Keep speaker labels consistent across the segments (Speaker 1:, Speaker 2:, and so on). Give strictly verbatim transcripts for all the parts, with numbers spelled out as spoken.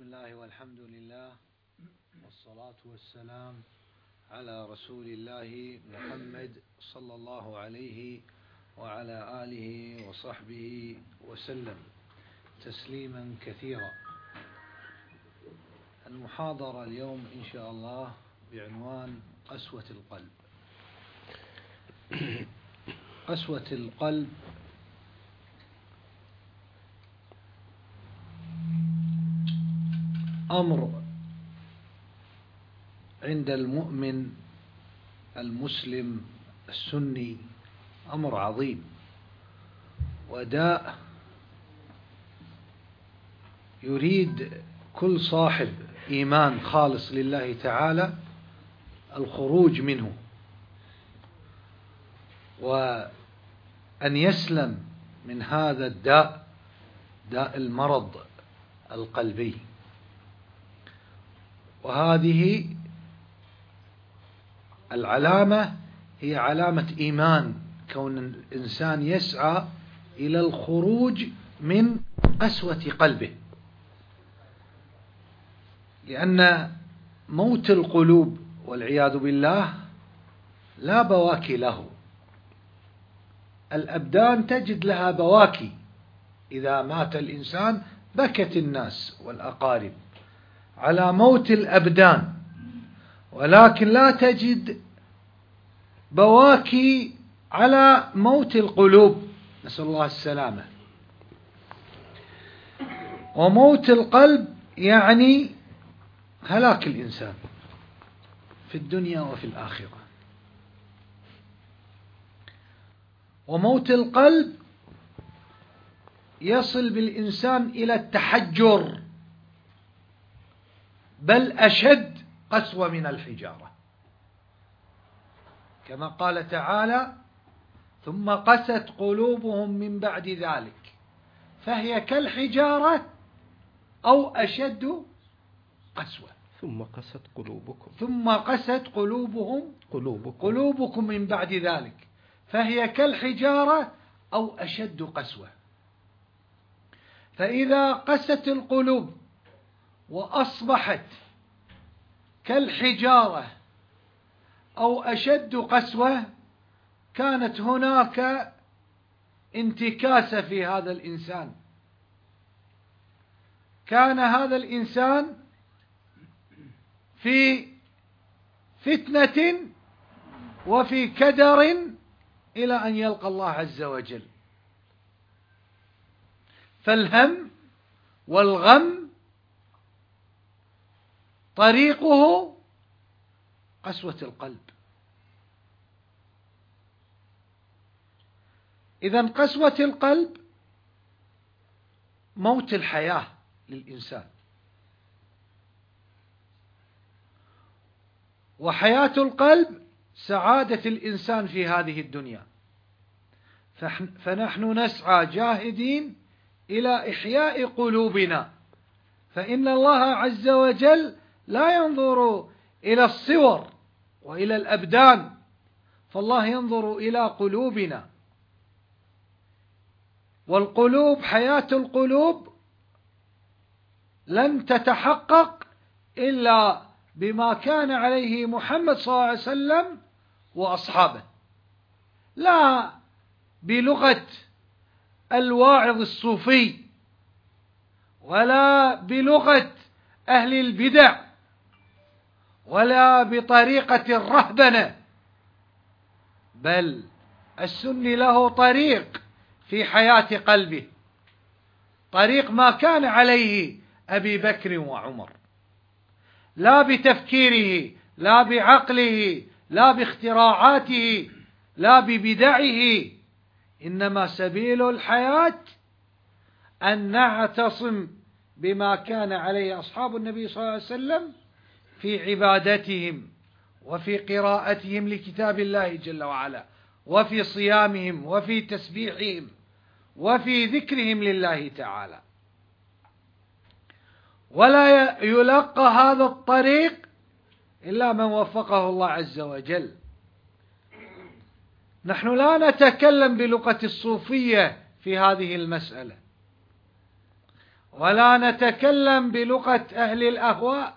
Speaker 1: بسم الله والحمد لله والصلاة والسلام على رسول الله محمد صلى الله عليه وعلى آله وصحبه وسلم تسليما كثيرا. المحاضرة اليوم إن شاء الله بعنوان قسوة القلب. قسوة القلب أمر عند المؤمن المسلم السني أمر عظيم وداء يريد كل صاحب إيمان خالص لله تعالى الخروج منه وأن يسلم من هذا الداء، داء المرض القلبي. وهذه العلامة هي علامة إيمان، كون الإنسان يسعى إلى الخروج من قسوة قلبه، لأن موت القلوب والعياذ بالله لا بواكي له. الأبدان تجد لها بواكي، إذا مات الإنسان بكت الناس والأقارب على موت الأبدان، ولكن لا تجد بواكي على موت القلوب، نسأل الله السلامة. وموت القلب يعني هلاك الإنسان في الدنيا وفي الآخرة. وموت القلب يصل بالإنسان إلى التحجر، بل أشد قسوة من الحجارة، كما قال تعالى: ثم قست قلوبهم من بعد ذلك فهي كالحجارة أو أشد قسوة.
Speaker 2: ثم قست قلوبكم
Speaker 1: ثم قست قلوبهم
Speaker 2: قلوبكم
Speaker 1: قلوبكم من بعد ذلك فهي كالحجارة أو أشد قسوة. فإذا قست القلوب وأصبحت كالحجارة أو أشد قسوة، كانت هناك انتكاسة في هذا الإنسان. كان هذا الإنسان في فتنة وفي كدر إلى أن يلقى الله عز وجل. فالهم والغم طريقه قسوة القلب. إذن قسوة القلب موت الحياة للإنسان، وحياة القلب سعادة الإنسان في هذه الدنيا. فنحن نسعى جاهدين إلى إحياء قلوبنا، فإن الله عز وجل لا ينظر إلى الصور وإلى الأبدان، فالله ينظر إلى قلوبنا. والقلوب، حياة القلوب لن تتحقق إلا بما كان عليه محمد صلى الله عليه وسلم وأصحابه، لا بلغة الواعظ الصوفي ولا بلغة أهل البدع ولا بطريقة الرهبنة، بل السني له طريق في حياة قلبه، طريق ما كان عليه أبي بكر وعمر، لا بتفكيره، لا بعقله، لا باختراعاته، لا ببدعه، إنما سبيل الحياة أن نعتصم بما كان عليه أصحاب النبي صلى الله عليه وسلم في عبادتهم وفي قراءتهم لكتاب الله جل وعلا، وفي صيامهم وفي تسبيحهم وفي ذكرهم لله تعالى. ولا يلقى هذا الطريق إلا من وفقه الله عز وجل. نحن لا نتكلم بلغة الصوفية في هذه المسألة، ولا نتكلم بلغة أهل الأهواء،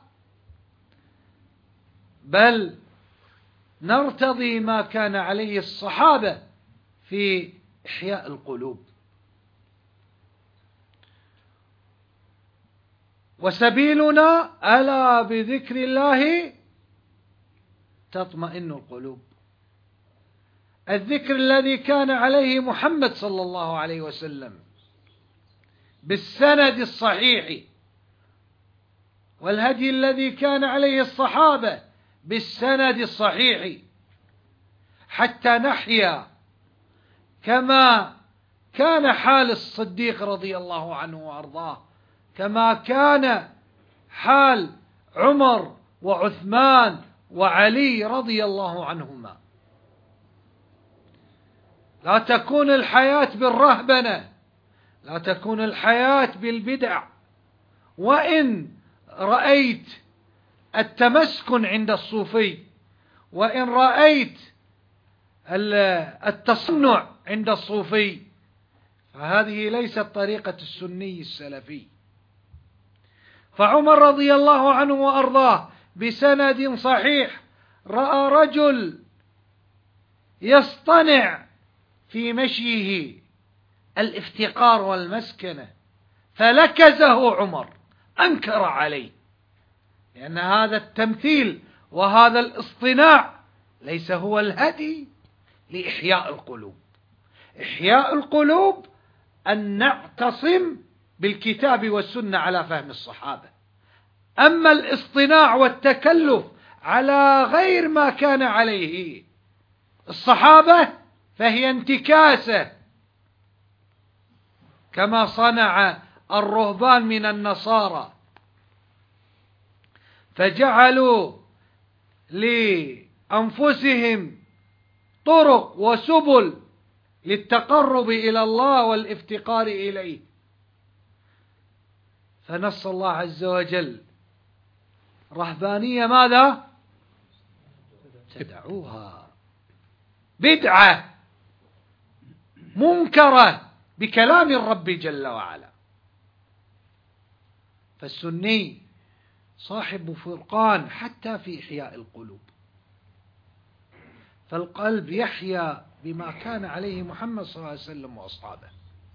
Speaker 1: بل نرتضي ما كان عليه الصحابة في إحياء القلوب. وسبيلنا ألا بذكر الله تطمئن القلوب. الذكر الذي كان عليه محمد صلى الله عليه وسلم بالسند الصحيح، والهدي الذي كان عليه الصحابة بالسند الصحيح، حتى نحيا كما كان حال الصديق رضي الله عنه وأرضاه، كما كان حال عمر وعثمان وعلي رضي الله عنهما. لا تكون الحياة بالرهبنة، لا تكون الحياة بالبدع. وإن رأيت التمسكن عند الصوفي، وإن رأيت التصنع عند الصوفي، فهذه ليست طريقة السني السلفي. فعمر رضي الله عنه وأرضاه بسند صحيح رأى رجل يصطنع في مشيه الافتقار والمسكنة، فلكزه عمر، أنكر عليه، لأن هذا التمثيل وهذا الاصطناع ليس هو الهدي لإحياء القلوب. إحياء القلوب أن نعتصم بالكتاب والسنة على فهم الصحابة. أما الاصطناع والتكلف على غير ما كان عليه الصحابة فهي انتكاسة، كما صنع الرهبان من النصارى، فجعلوا لأنفسهم طرق وسبل للتقرب إلى الله والافتقار إليه. فنص الله عز وجل: رهبانية ماذا؟ ابتدعوها، بدعة منكرة بكلام الرب جل وعلا. فالسني صاحب فرقان حتى في إحياء القلوب، فالقلب يحيا بما كان عليه محمد صلى الله عليه وسلم وأصحابه،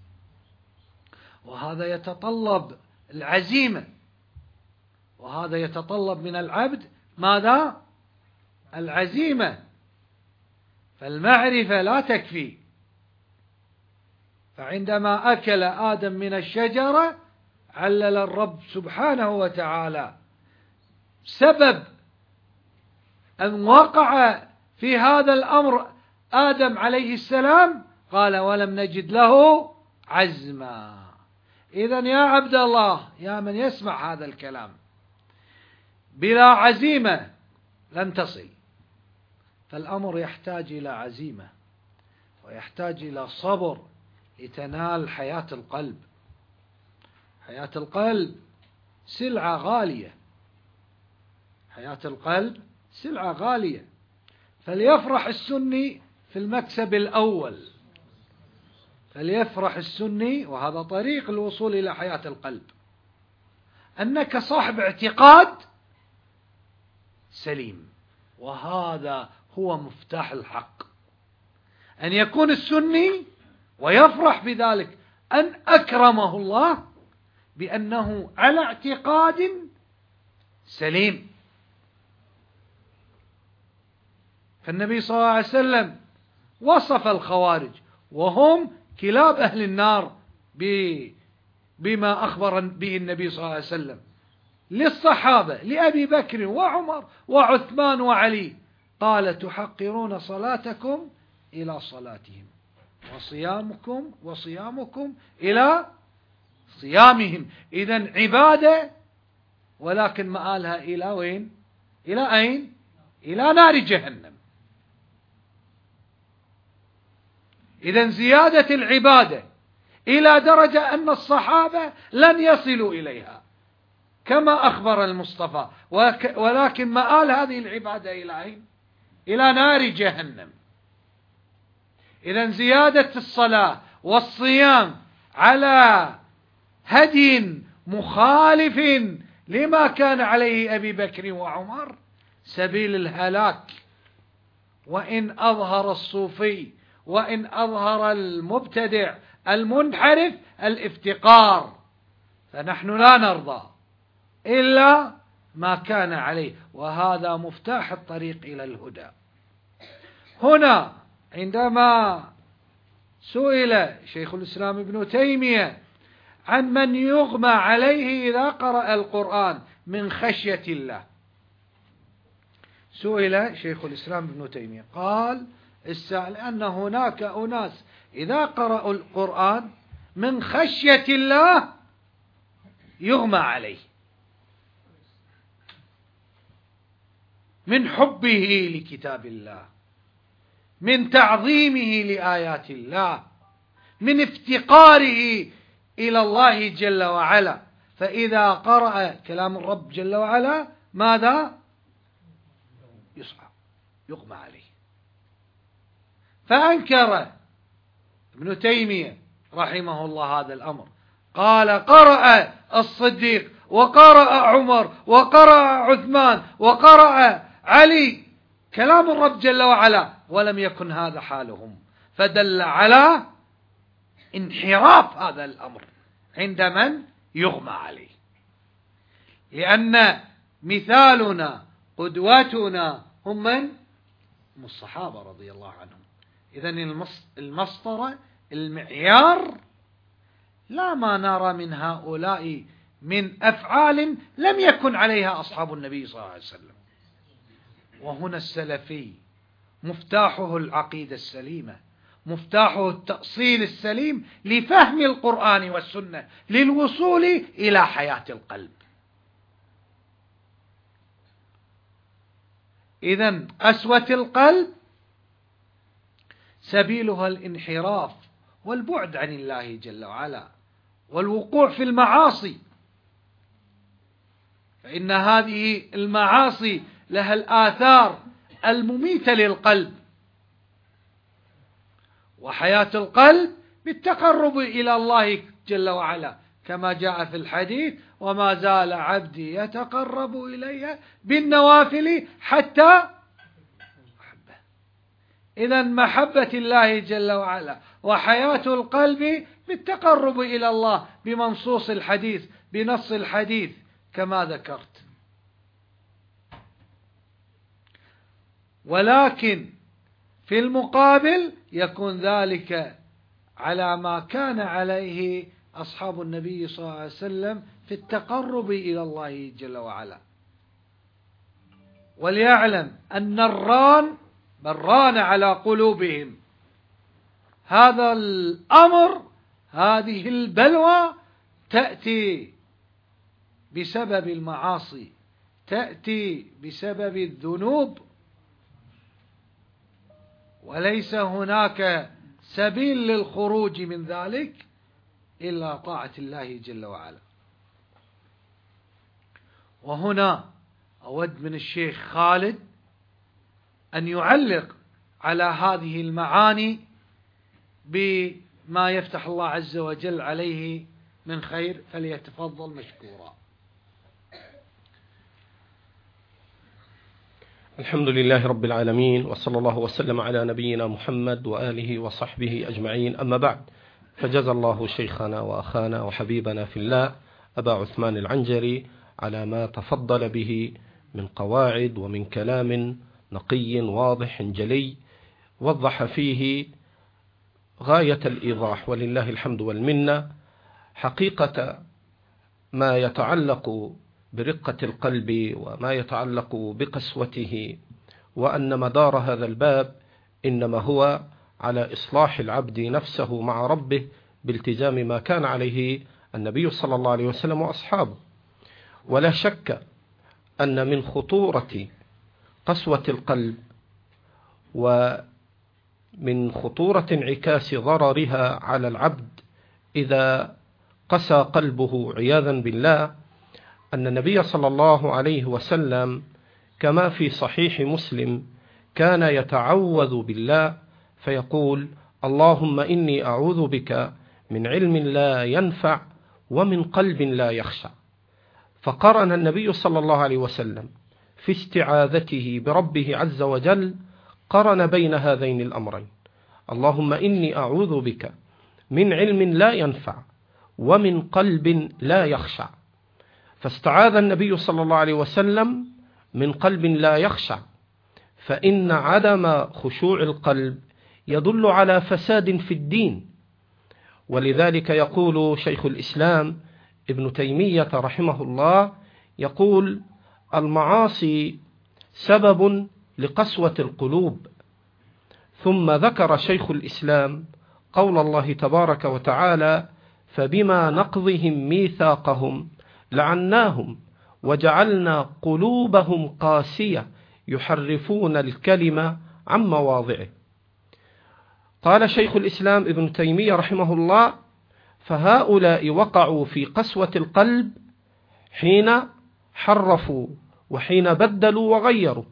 Speaker 1: وهذا يتطلب العزيمة، وهذا يتطلب من العبد ماذا؟ العزيمة. فالمعرفة لا تكفي. فعندما أكل آدم من الشجرة علل الرب سبحانه وتعالى سبب أن وقع في هذا الأمر آدم عليه السلام، قال: ولم نجد له عزما. إذن يا عبد الله، يا من يسمع هذا الكلام، بلا عزيمة لن تصل. فالأمر يحتاج إلى عزيمة، ويحتاج إلى صبر لتنال حياة القلب. حياة القلب سلعة غالية، حياة القلب سلعة غالية. فليفرح السني في المكسب الأول، فليفرح السني، وهذا طريق الوصول إلى حياة القلب، أنك صاحب اعتقاد سليم، وهذا هو مفتاح الحق. أن يكون السني ويفرح بذلك أن أكرمه الله بأنه على اعتقاد سليم. فالنبي صلى الله عليه وسلم وصف الخوارج وهم كلاب أهل النار بما أخبر به النبي صلى الله عليه وسلم للصحابة، لأبي بكر وعمر وعثمان وعلي، قال: تحقرون صلاتكم إلى صلاتهم، وصيامكم وصيامكم إلى صيامهم. إذن عبادة، ولكن مآلها إلى وين؟ إلى أين؟ إلى نار جهنم. إذن زيادة العبادة إلى درجة أن الصحابة لن يصلوا إليها كما أخبر المصطفى، ولكن مآل هذه العبادة إلى أين؟ إلى نار جهنم. إذن زيادة الصلاة والصيام على هدي مخالف لما كان عليه أبي بكر وعمر سبيل الهلاك. وإن أظهر الصوفي وإن أظهر المبتدع المنحرف الافتقار، فنحن لا نرضى إلا ما كان عليه، وهذا مفتاح الطريق إلى الهدى. هنا عندما سئل شيخ الإسلام ابن تيمية عن من يغمى عليه إذا قرأ القرآن من خشية الله، سئل شيخ الإسلام ابن تيمية قال السائل أن هناك أناس إذا قرأوا القرآن من خشية الله يغمى عليه، من حبه لكتاب الله، من تعظيمه لآيات الله، من افتقاره إلى الله جل وعلا. فإذا قرأ كلام الرب جل وعلا ماذا؟ يصعب، يغمى عليه. فأنكر ابن تيمية رحمه الله هذا الأمر، قال قرأ الصديق وقرأ عمر وقرأ عثمان وقرأ علي كلام الرب جل وعلا ولم يكن هذا حالهم، فدل على انحراف هذا الأمر عند من يغمى عليه. لأن مثالنا قدواتنا هم من؟ هم الصحابة رضي الله عنهم. إذن المسطرة المعيار لا ما نرى من هؤلاء من أفعال لم يكن عليها أصحاب النبي صلى الله عليه وسلم. وهنا السلفي مفتاحه العقيدة السليمة، مفتاحه التأصيل السليم لفهم القرآن والسنة للوصول إلى حياة القلب. إذن قسوة القلب سبيلها الانحراف والبعد عن الله جل وعلا والوقوع في المعاصي، فإن هذه المعاصي لها الآثار المميتة للقلب. وحياة القلب بالتقرب إلى الله جل وعلا كما جاء في الحديث: وما زال عبدي يتقرب إلي بالنوافل حتى أحبه. إذن محبة الله جل وعلا وحياة القلب بالتقرب إلى الله بمنصوص الحديث، بنص الحديث كما ذكرت. ولكن في المقابل يكون ذلك على ما كان عليه أصحاب النبي صلى الله عليه وسلم في التقرب إلى الله جل وعلا. وليعلم أن الران بران على قلوبهم هذا الأمر، هذه البلوى تأتي بسبب المعاصي، تأتي بسبب الذنوب، وليس هناك سبيل للخروج من ذلك إلا طاعة الله جل وعلا. وهنا أود من الشيخ خالد أن يعلق على هذه المعاني بما يفتح الله عز وجل عليه من خير، فليتفضل مشكورا.
Speaker 2: الحمد لله رب العالمين، وصلى الله وسلم على نبينا محمد وآله وصحبه أجمعين. أما بعد، فجزى الله شيخنا وأخانا وحبيبنا في الله أبا عثمان العنجري على ما تفضل به من قواعد ومن كلام نقي واضح جلي، وضح فيه غاية الإيضاح ولله الحمد والمنة حقيقة ما يتعلق برقة القلب وما يتعلق بقسوته، وأن مدار هذا الباب إنما هو على إصلاح العبد نفسه مع ربه بالتزام ما كان عليه النبي صلى الله عليه وسلم وأصحابه. ولا شك أن من خطورة قسوة القلب ومن خطورة انعكاس ضررها على العبد إذا قسى قلبه عياذا بالله أن النبي صلى الله عليه وسلم كما في صحيح مسلم كان يتعوذ بالله فيقول: اللهم إني أعوذ بك من علم لا ينفع ومن قلب لا يخشع. فقرن النبي صلى الله عليه وسلم في استعاذته بربه عز وجل، قرن بين هذين الأمرين: اللهم إني أعوذ بك من علم لا ينفع ومن قلب لا يخشع. فاستعاذ النبي صلى الله عليه وسلم من قلب لا يخشع، فإن عدم خشوع القلب يدل على فساد في الدين. ولذلك يقول شيخ الإسلام ابن تيمية رحمه الله، يقول: المعاصي سبب لقسوة القلوب. ثم ذكر شيخ الإسلام قول الله تبارك وتعالى: فبما نقضهم ميثاقهم لعناهم وجعلنا قلوبهم قاسية يحرفون الكلمة عن مواضعه. قال شيخ الإسلام ابن تيمية رحمه الله: فهؤلاء وقعوا في قسوة القلب حين حرفوا وحين بدلوا وغيروا.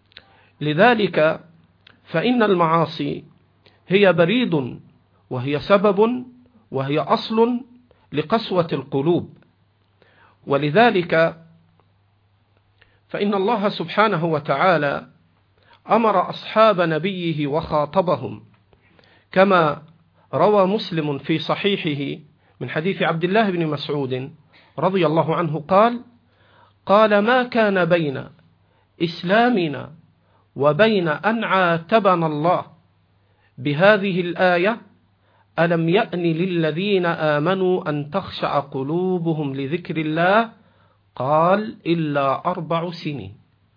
Speaker 2: لذلك فإن المعاصي هي بريد وهي سبب وهي أصل لقسوة القلوب. ولذلك فإن الله سبحانه وتعالى أمر أصحاب نبيه وخاطبهم، كما روى مسلم في صحيحه من حديث عبد الله بن مسعود رضي الله عنه قال: قال ما كان بين إسلامنا وبين أن عاتبنا الله بهذه الآية ألم يأن للذين آمنوا أن تخشع قلوبهم لذكر الله، قال إلا أربع سنين.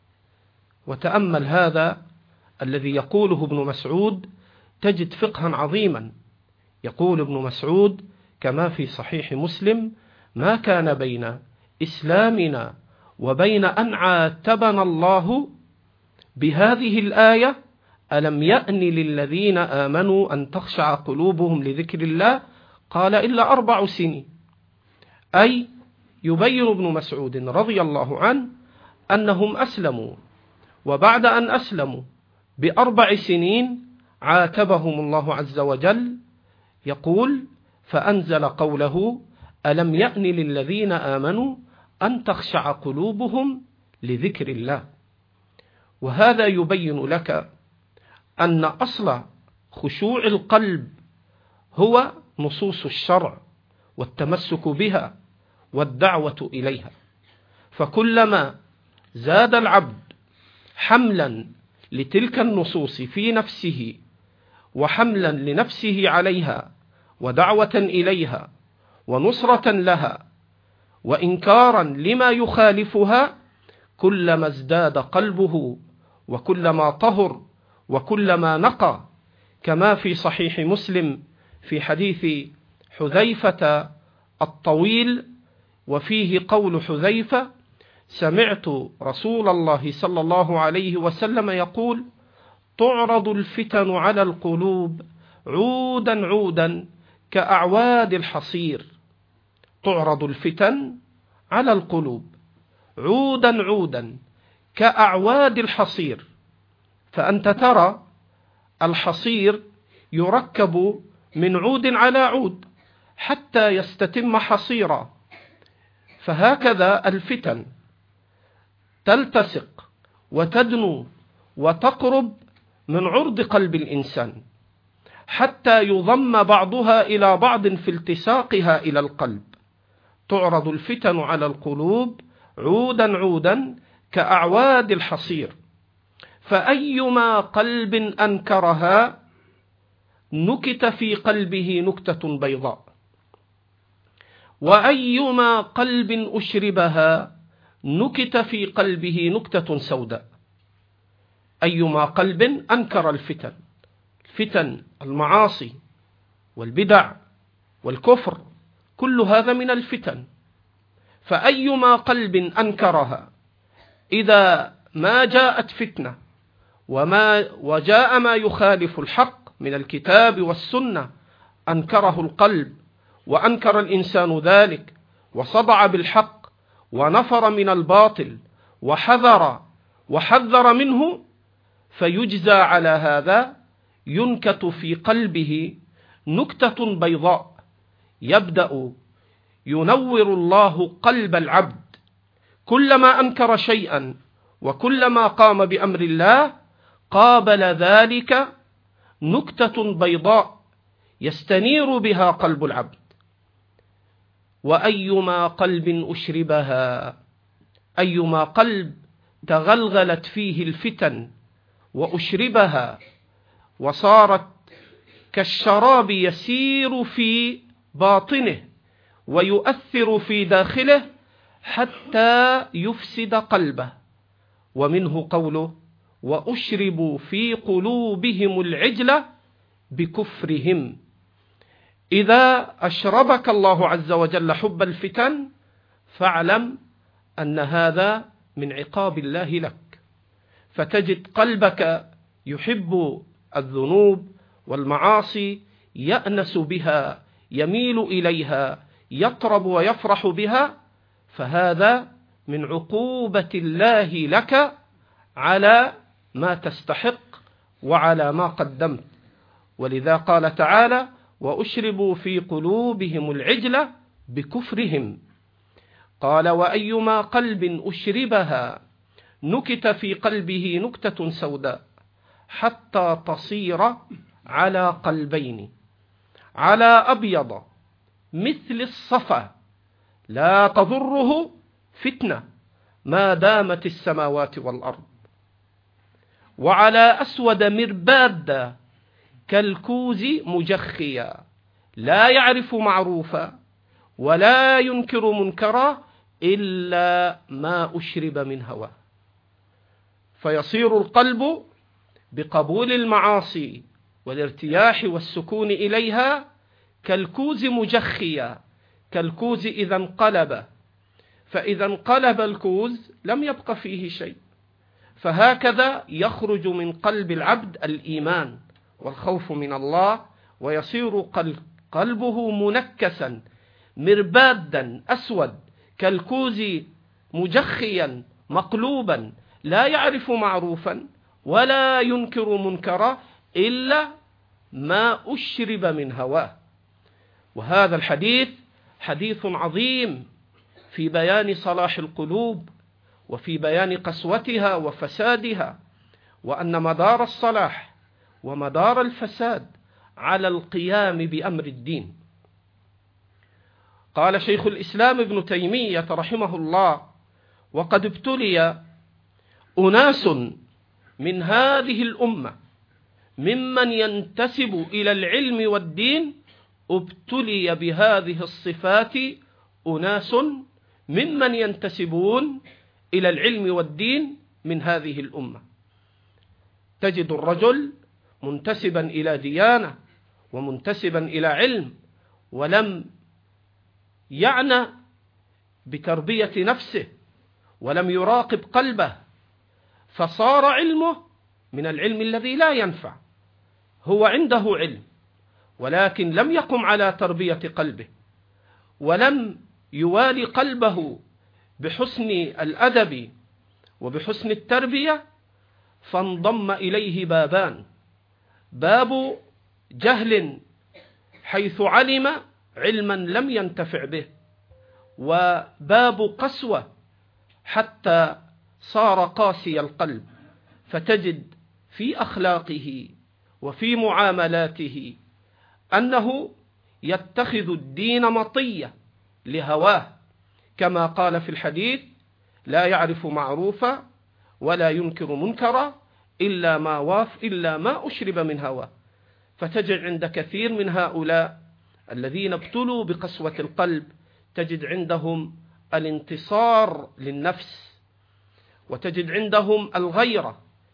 Speaker 2: وتأمل هذا الذي يقوله ابن مسعود، تجد فقها عظيما. يقول ابن مسعود كما في صحيح مسلم: ما كان بين إسلامنا وبين أن عاتبنا الله بهذه الآية ألم يأن للذين آمنوا أن تخشع قلوبهم لذكر الله، قال إلا أربع سنين. أي يبين ابن مسعود رضي الله عنه أنهم أسلموا، وبعد أن أسلموا بأربع سنين عاتبهم الله عز وجل. يقول: فأنزل قوله: ألم يأن للذين آمنوا أن تخشع قلوبهم لذكر الله. وهذا يبين لك أن أصل خشوع القلب هو نصوص الشرع والتمسك بها والدعوة إليها. فكلما زاد العبد حملا لتلك النصوص في نفسه وحملا لنفسه عليها ودعوة إليها ونصرة لها وإنكارا لما يخالفها، كلما ازداد قلبه وكلما طهر وكلما نقى. كما في صحيح مسلم في حديث حذيفة الطويل، وفيه قول حذيفة: سمعت رسول الله صلى الله عليه وسلم يقول: تعرض الفتن على القلوب عودا عودا كأعواد الحصير. تعرض الفتن على القلوب عودا عودا كأعواد الحصير. فأنت ترى الحصير يركب من عود على عود حتى يستتم حصيرا. فهكذا الفتن تلتصق وتدنو وتقرب من عرض قلب الإنسان حتى يضم بعضها إلى بعض في التصاقها إلى القلب. تعرض الفتن على القلوب عودا عودا كأعواد الحصير، فأيما قلب أنكرها نكت في قلبه نكتة بيضاء، وأيما قلب أشربها نكت في قلبه نكتة سوداء. أيما قلب أنكر الفتن، الفتن المعاصي والبدع والكفر، كل هذا من الفتن. فأيما قلب أنكرها، إذا ما جاءت فتنة وما وجاء ما يخالف الحق من الكتاب والسنة أنكره القلب، وأنكر الإنسان ذلك وصدع بالحق ونفر من الباطل وحذر وحذر منه، فيجزى على هذا، ينكت في قلبه نكتة بيضاء، يبدأ ينور الله قلب العبد كلما أنكر شيئا وكلما قام بأمر الله قابل ذلك نكتة بيضاء يستنير بها قلب العبد. وأيما قلب أشربها، أيما قلب تغلغلت فيه الفتن وأشربها وصارت كالشراب يسير في باطنه ويؤثر في داخله حتى يفسد قلبه. ومنه قوله: وأشربوا في قلوبهم العجل بكفرهم. إذا أشربك الله عز وجل حب الفتن فاعلم أن هذا من عقاب الله لك، فتجد قلبك يحب الذنوب والمعاصي، يأنس بها، يميل إليها، يطرب ويفرح بها، فهذا من عقوبة الله لك على ما تستحق وعلى ما قدمت. ولذا قال تعالى: وأشربوا في قلوبهم العجل بكفرهم. قال: وأيما قلب أشربها نكت في قلبه نكتة سوداء حتى تصير على قلبين، على أبيض مثل الصفا لا تضره فتنة ما دامت السماوات والأرض، وعلى أسود مرباد كالكوز مجخيا لا يعرف معروفا ولا ينكر منكرا إلا ما أشرب من هواه. فيصير القلب بقبول المعاصي والارتياح والسكون إليها كالكوز مجخيا، كالكوز إذا انقلب، فإذا انقلب الكوز لم يبق فيه شيء. فهكذا يخرج من قلب العبد الإيمان والخوف من الله، ويصير قلبه منكسا مربادا أسود كالكوز مجخيا مقلوبا لا يعرف معروفا ولا ينكر منكرا إلا ما أشرب من هواه. وهذا الحديث حديث عظيم في بيان صلاح القلوب وفي بيان قسوتها وفسادها، وأن مدار الصلاح ومدار الفساد على القيام بأمر الدين. قال شيخ الإسلام ابن تيمية رحمه الله: وقد ابتلي أناس من هذه الأمة ممن ينتسب إلى العلم والدين، ابتلي بهذه الصفات أناس ممن ينتسبون إلى العلم والدين من هذه الأمة. تجد الرجل منتسبا إلى ديانة ومنتسبا إلى علم، ولم يعنى بتربية نفسه ولم يراقب قلبه، فصار علمه من العلم الذي لا ينفع. هو عنده علم ولكن لم يقم على تربية قلبه، ولم يوالي قلبه بحسن الأدب وبحسن التربية، فانضم إليه بابان: باب جهل حيث علم علما لم ينتفع به، وباب قسوة حتى صار قاسي القلب، فتجد في أخلاقه وفي معاملاته أنه يتخذ الدين مطية لهواه، كما قال في الحديث: لا يعرف معروفا ولا ينكر منكرا إلا ما واف إلا ما أشرب من هواه. فتجد عند كثير من هؤلاء الذين ابتلوا بقسوة القلب تجد عندهم الانتصار للنفس، وتجد عندهم الغيرة،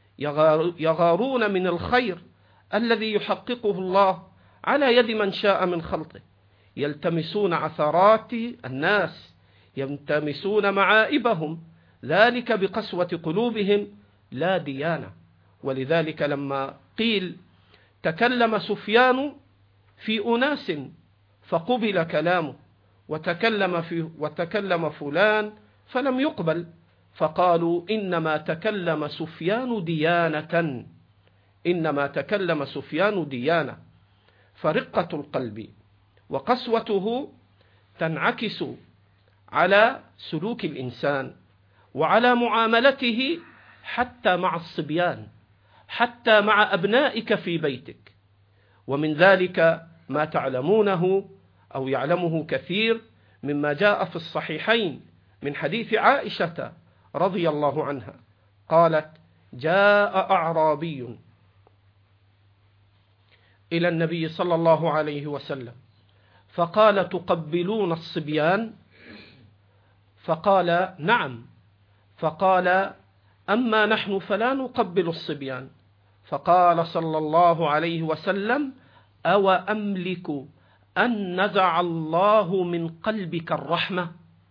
Speaker 2: يغارون من الخير الذي يحققه الله على يد من شاء من خلقه، يلتمسون عثرات الناس، يلتمسون معائبهم، ذلك بقسوة قلوبهم لا ديانة. ولذلك لما قيل تكلم سفيان في أناس فقبل كلامه، وتكلم, في وتكلم فلان فلم يقبل، فقالوا إنما تكلم سفيان ديانة، إنما تكلم سفيان ديانة. فرقة القلب وقسوته تنعكس على سلوك الإنسان وعلى معاملته حتى مع الصبيان، حتى مع أبنائك في بيتك. ومن ذلك ما تعلمونه أو يعلمه كثير مما جاء في الصحيحين من حديث عائشة رضي الله عنها قالت: جاء أعرابي إلى النبي صلى الله عليه وسلم فقال: تقبلون الصبيان؟ فقال: نعم. فقال: أما نحن فلا نقبل الصبيان. فقال صلى الله عليه وسلم: أو أملك أن نزع الله من قلبك الرحمة؟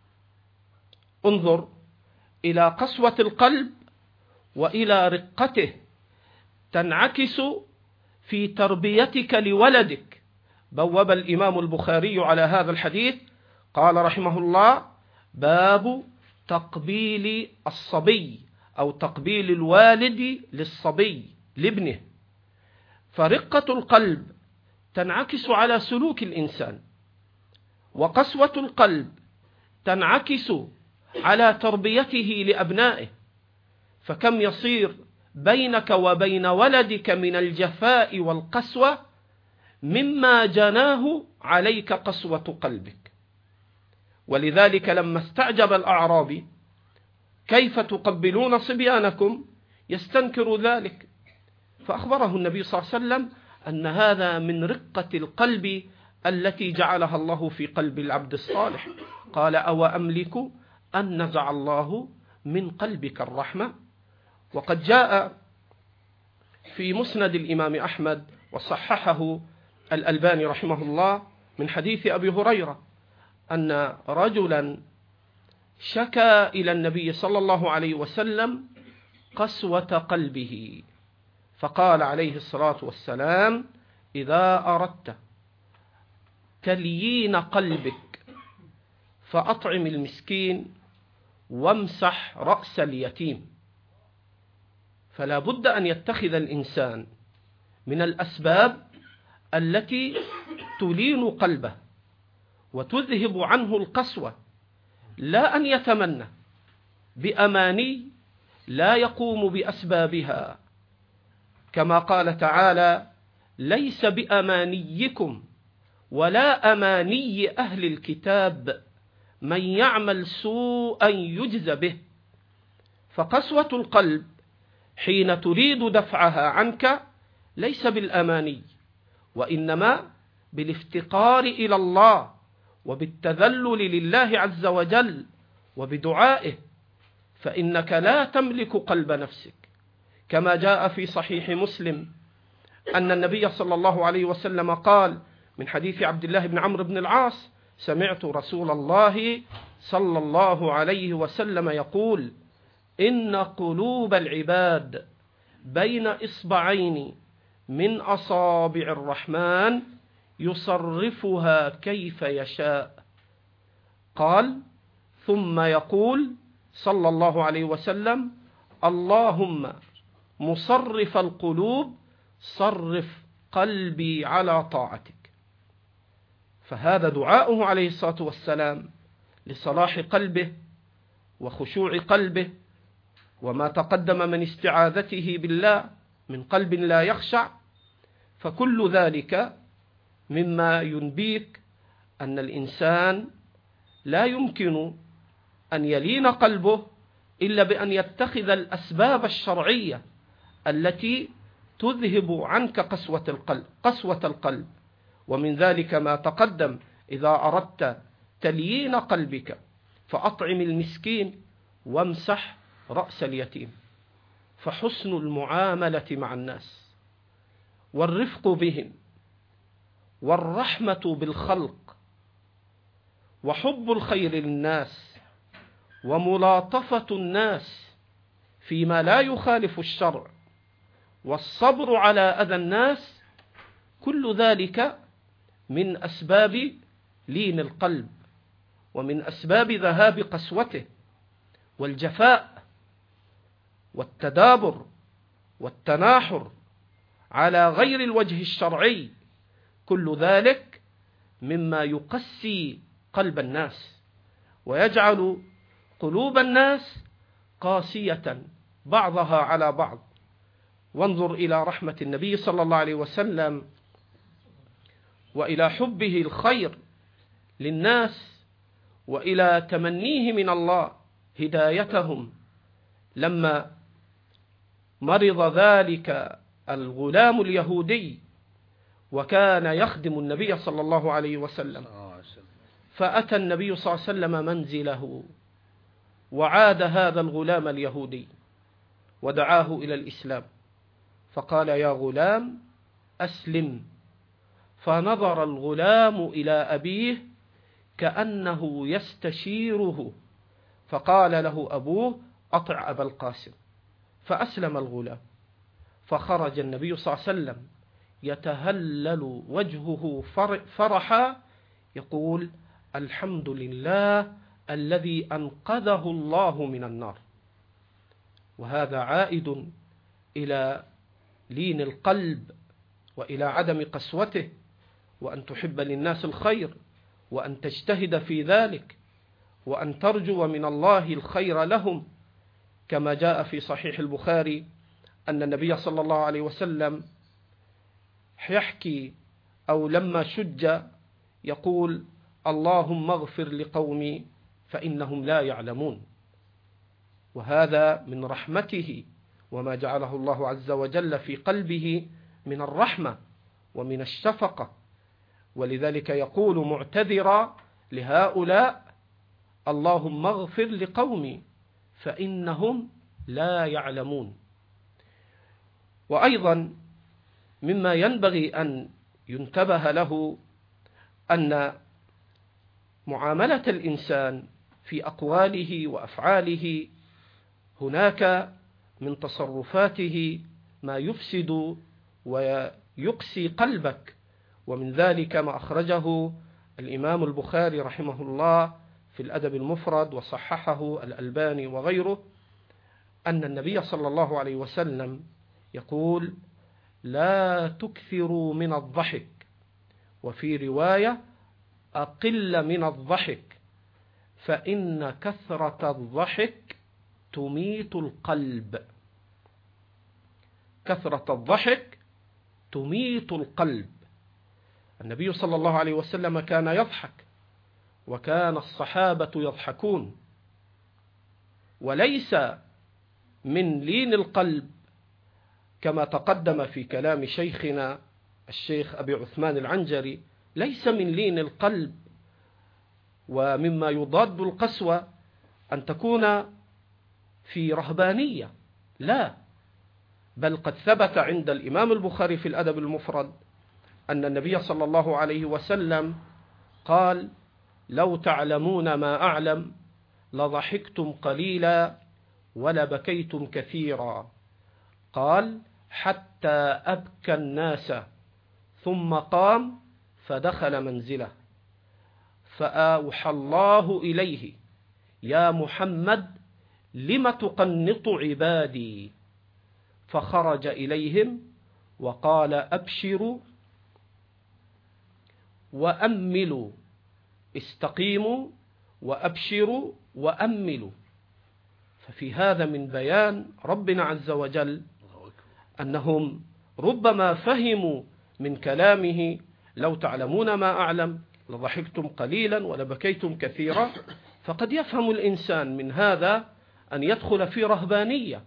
Speaker 2: انظر إلى قسوة القلب وإلى رقته تنعكس في تربيتك لولدك. بوب الإمام البخاري على هذا الحديث قال رحمه الله: باب تقبيل الصبي أو تقبيل الوالد للصبي لابنه. فرقة القلب تنعكس على سلوك الإنسان، وقسوة القلب تنعكس على تربيته لأبنائه. فكم يصير بينك وبين ولدك من الجفاء والقسوة مما جناه عليك قسوة قلبك. ولذلك لما استعجب الأعرابي: كيف تقبلون صبيانكم؟ يستنكر ذلك. فأخبره النبي صلى الله عليه وسلم أن هذا من رقة القلب التي جعلها الله في قلب العبد الصالح. قال: أو أملك أن نزع الله من قلبك الرحمة؟ وقد جاء في مسند الإمام أحمد وصححه الألباني رحمه الله من حديث أبي هريرة أن رجلا شكى إلى النبي صلى الله عليه وسلم قسوة قلبه، فقال عليه الصلاة والسلام: إذا أردت تليين قلبك فأطعم المسكين وامسح رأس اليتيم. فلا بد أن يتخذ الإنسان من الأسباب التي تلين قلبه وتذهب عنه القسوة، لا أن يتمنى بأماني لا يقوم بأسبابها، كما قال تعالى: ليس بأمانيكم ولا أماني أهل الكتاب من يعمل سوءا يجز به. فقسوة القلب حين تريد دفعها عنك ليس بالأماني، وإنما بالافتقار إلى الله وبالتذلل لله عز وجل وبدعائه، فإنك لا تملك قلب نفسك. كما جاء في صحيح مسلم أن النبي صلى الله عليه وسلم قال من حديث عبد الله بن عمرو بن العاص: سمعت رسول الله صلى الله عليه وسلم يقول: إن قلوب العباد بين إصبعين من أصابع الرحمن يصرفها كيف يشاء. قال: ثم يقول صلى الله عليه وسلم: اللهم مصرف القلوب صرف قلبي على طاعتك. فهذا دعاؤه عليه الصلاة والسلام لصلاح قلبه وخشوع قلبه، وما تقدم من استعاذته بالله من قلب لا يخشع. فكل ذلك مما ينبيك أن الإنسان لا يمكن أن يلين قلبه إلا بأن يتخذ الأسباب الشرعية التي تذهب عنك قسوة القلب قسوة القلب ومن ذلك ما تقدم: إذا أردت تليين قلبك فأطعم المسكين وامسح رأس اليتيم. فحسن المعاملة مع الناس والرفق بهم والرحمة بالخلق وحب الخير للناس وملاطفة الناس فيما لا يخالف الشرع والصبر على أذى الناس، كل ذلك من أسباب لين القلب ومن أسباب ذهاب قسوته. والجفاء والتدابر والتناحر على غير الوجه الشرعي كل ذلك مما يقسي قلب الناس ويجعل قلوب الناس قاسية بعضها على بعض. وانظر إلى رحمة النبي صلى الله عليه وسلم وإلى حبه الخير للناس وإلى تمنيه من الله هدايتهم لما مرض ذلك الغلام اليهودي وكان يخدم النبي صلى الله عليه وسلم، فأتى النبي صلى الله عليه وسلم منزله وعاد هذا الغلام اليهودي ودعاه إلى الإسلام، فقال: يا غلام أسلم. فنظر الغلام إلى أبيه كأنه يستشيره، فقال له أبوه: أطع أبا القاسم. فأسلم الغلام، فخرج النبي صلى الله عليه وسلم يتهلل وجهه فرحا يقول: الحمد لله الذي أنقذه الله من النار. وهذا عائد إلى لين القلب وإلى عدم قسوته، وأن تحب للناس الخير وأن تجتهد في ذلك وأن ترجو من الله الخير لهم، كما جاء في صحيح البخاري أن النبي صلى الله عليه وسلم يحكي أو لما شج يقول: اللهم اغفر لقومي فإنهم لا يعلمون. وهذا من رحمته وما جعله الله عز وجل في قلبه من الرحمة ومن الشفقة، ولذلك يقول معتذرا لهؤلاء: اللهم اغفر لقومي فإنهم لا يعلمون. وأيضا مما ينبغي أن ينتبه له أن معاملة الإنسان في أقواله وأفعاله هناك من تصرفاته ما يفسد ويقسي قلبك، ومن ذلك ما أخرجه الإمام البخاري رحمه الله في الأدب المفرد وصححه الألباني وغيره، أن النبي صلى الله عليه وسلم يقول: لا تكثروا من الضحك، وفي رواية: أقل من الضحك، فإن كثرة الضحك تميت القلب. كثرة الضحك تميت القلب. النبي صلى الله عليه وسلم كان يضحك وكان الصحابة يضحكون، وليس من لين القلب كما تقدم في كلام شيخنا الشيخ أبي عثمان العنجري، ليس من لين القلب ومما يضاد القسوة أن تكون في رهبانية، لا، بل قد ثبت عند الإمام البخاري في الأدب المفرد أن النبي صلى الله عليه وسلم قال: لو تعلمون ما أعلم لضحكتم قليلا ولبكيتم كثيرا. قال: حتى أبكى الناس، ثم قام فدخل منزله، فأوحى الله إليه: يا محمد لم تقنط عبادي؟ فخرج إليهم وقال: أبشروا وأملوا، استقيموا وأبشروا وأملوا. ففي هذا من بيان ربنا عز وجل أنهم ربما فهموا من كلامه: لو تعلمون ما أعلم لضحكتم قليلا ولبكيتم كثيرا. فقد يفهم الإنسان من هذا أن يدخل في رهبانية،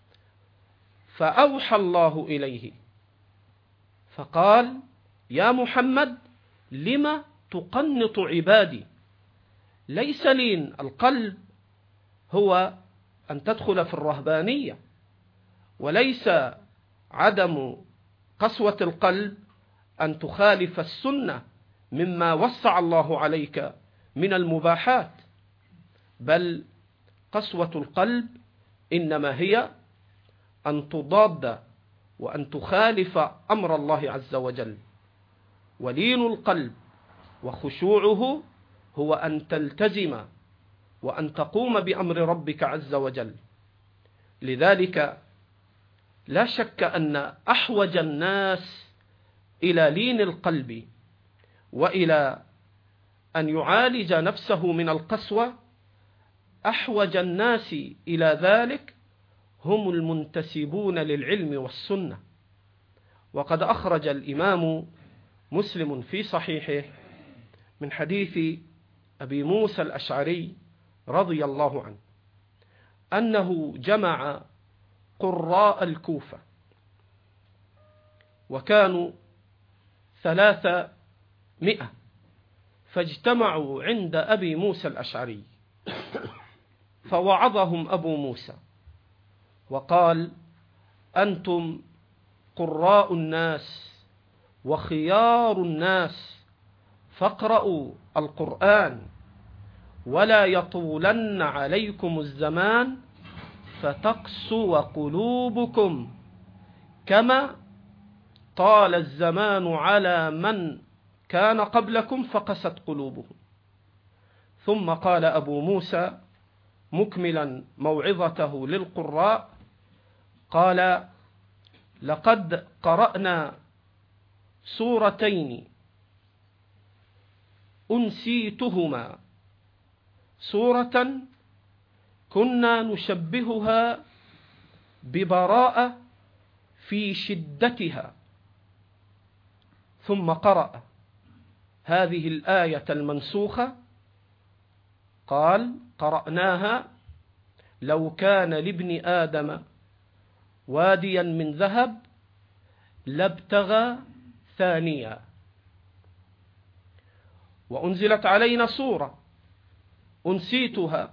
Speaker 2: فأوحى الله إليه فقال: يا محمد لم تقنط عبادي؟ ليس لين القلب هو أن تدخل في الرهبانية، وليس عدم قسوة القلب أن تخالف السنة مما وسع الله عليك من المباحات، بل قسوة القلب إنما هي أن تضاد وأن تخالف أمر الله عز وجل. ولين القلب وخشوعه هو أن تلتزم وأن تقوم بأمر ربك عز وجل. لذلك لا شك أن أحوج الناس إلى لين القلب وإلى أن يعالج نفسه من القسوة أحوج الناس إلى ذلك هم المنتسبون للعلم والسنة. وقد أخرج الإمام مسلم في صحيحه من حديث أبي موسى الأشعري رضي الله عنه أنه جمع قراء الكوفة وكانوا ثلاثمائة، فاجتمعوا عند أبي موسى الأشعري فوعظهم أبو موسى وقال: أنتم قراء الناس وخيار الناس، فاقرأوا القرآن ولا يطولن عليكم الزمان فتقسو قلوبكم كما طال الزمان على من كان قبلكم فقست قلوبهم. ثم قال أبو موسى مكملا موعظته للقراء قال: لقد قرأنا سورتين أنسيتهما، سورة كنا نشبهها ببراءة في شدتها، ثم قرأ هذه الآية المنسوخة قال: قرأناها لو كان لابن آدم واديا من ذهب لابتغى ثانيا. وأنزلت علينا سورة أنسيتها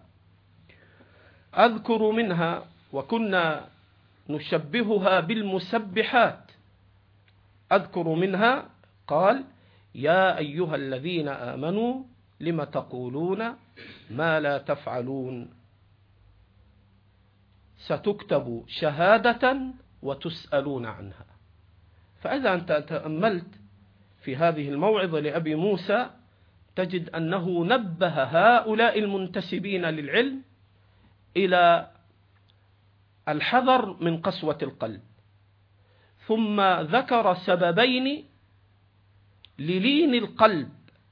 Speaker 2: أذكر منها وكنا نشبهها بالمسبحات، أذكر منها قال: يا أيها الذين آمنوا لم تقولون ما لا تفعلون، ستكتب شهادة وتسألون عنها. فإذا أنت تأملت في هذه الموعظة لأبي موسى تجد أنه نبه هؤلاء المنتسبين للعلم إلى الحذر من قسوة القلب، ثم ذكر سببين للين القلب.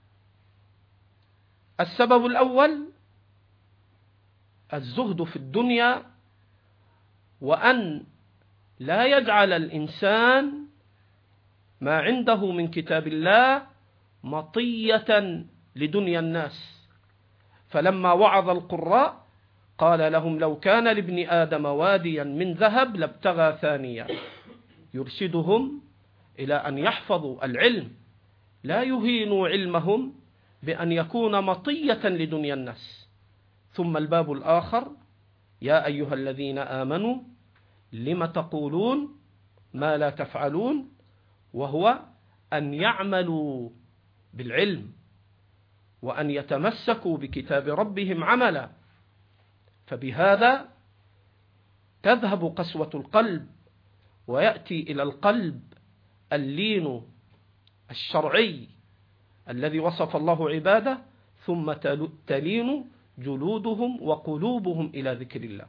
Speaker 2: السبب الأول الزهد في الدنيا، وأن لا يجعل الإنسان ما عنده من كتاب الله مطية لدنيا الناس. فلما وعظ القراء قال لهم: لو كان لابن آدم واديا من ذهب لابتغى ثانيا، يرشدهم إلى أن يحفظوا العلم، لا يهينوا علمهم بأن يكون مطية لدنيا الناس. ثم الباب الآخر: يا أيها الذين آمنوا لم تقولون ما لا تفعلون، وهو أن يعملوا بالعلم وأن يتمسكوا بكتاب ربهم عملا. فبهذا تذهب قسوة القلب ويأتي إلى القلب اللين الشرعي الذي وصف الله عباده، ثم تلين جلودهم وقلوبهم إلى ذكر الله.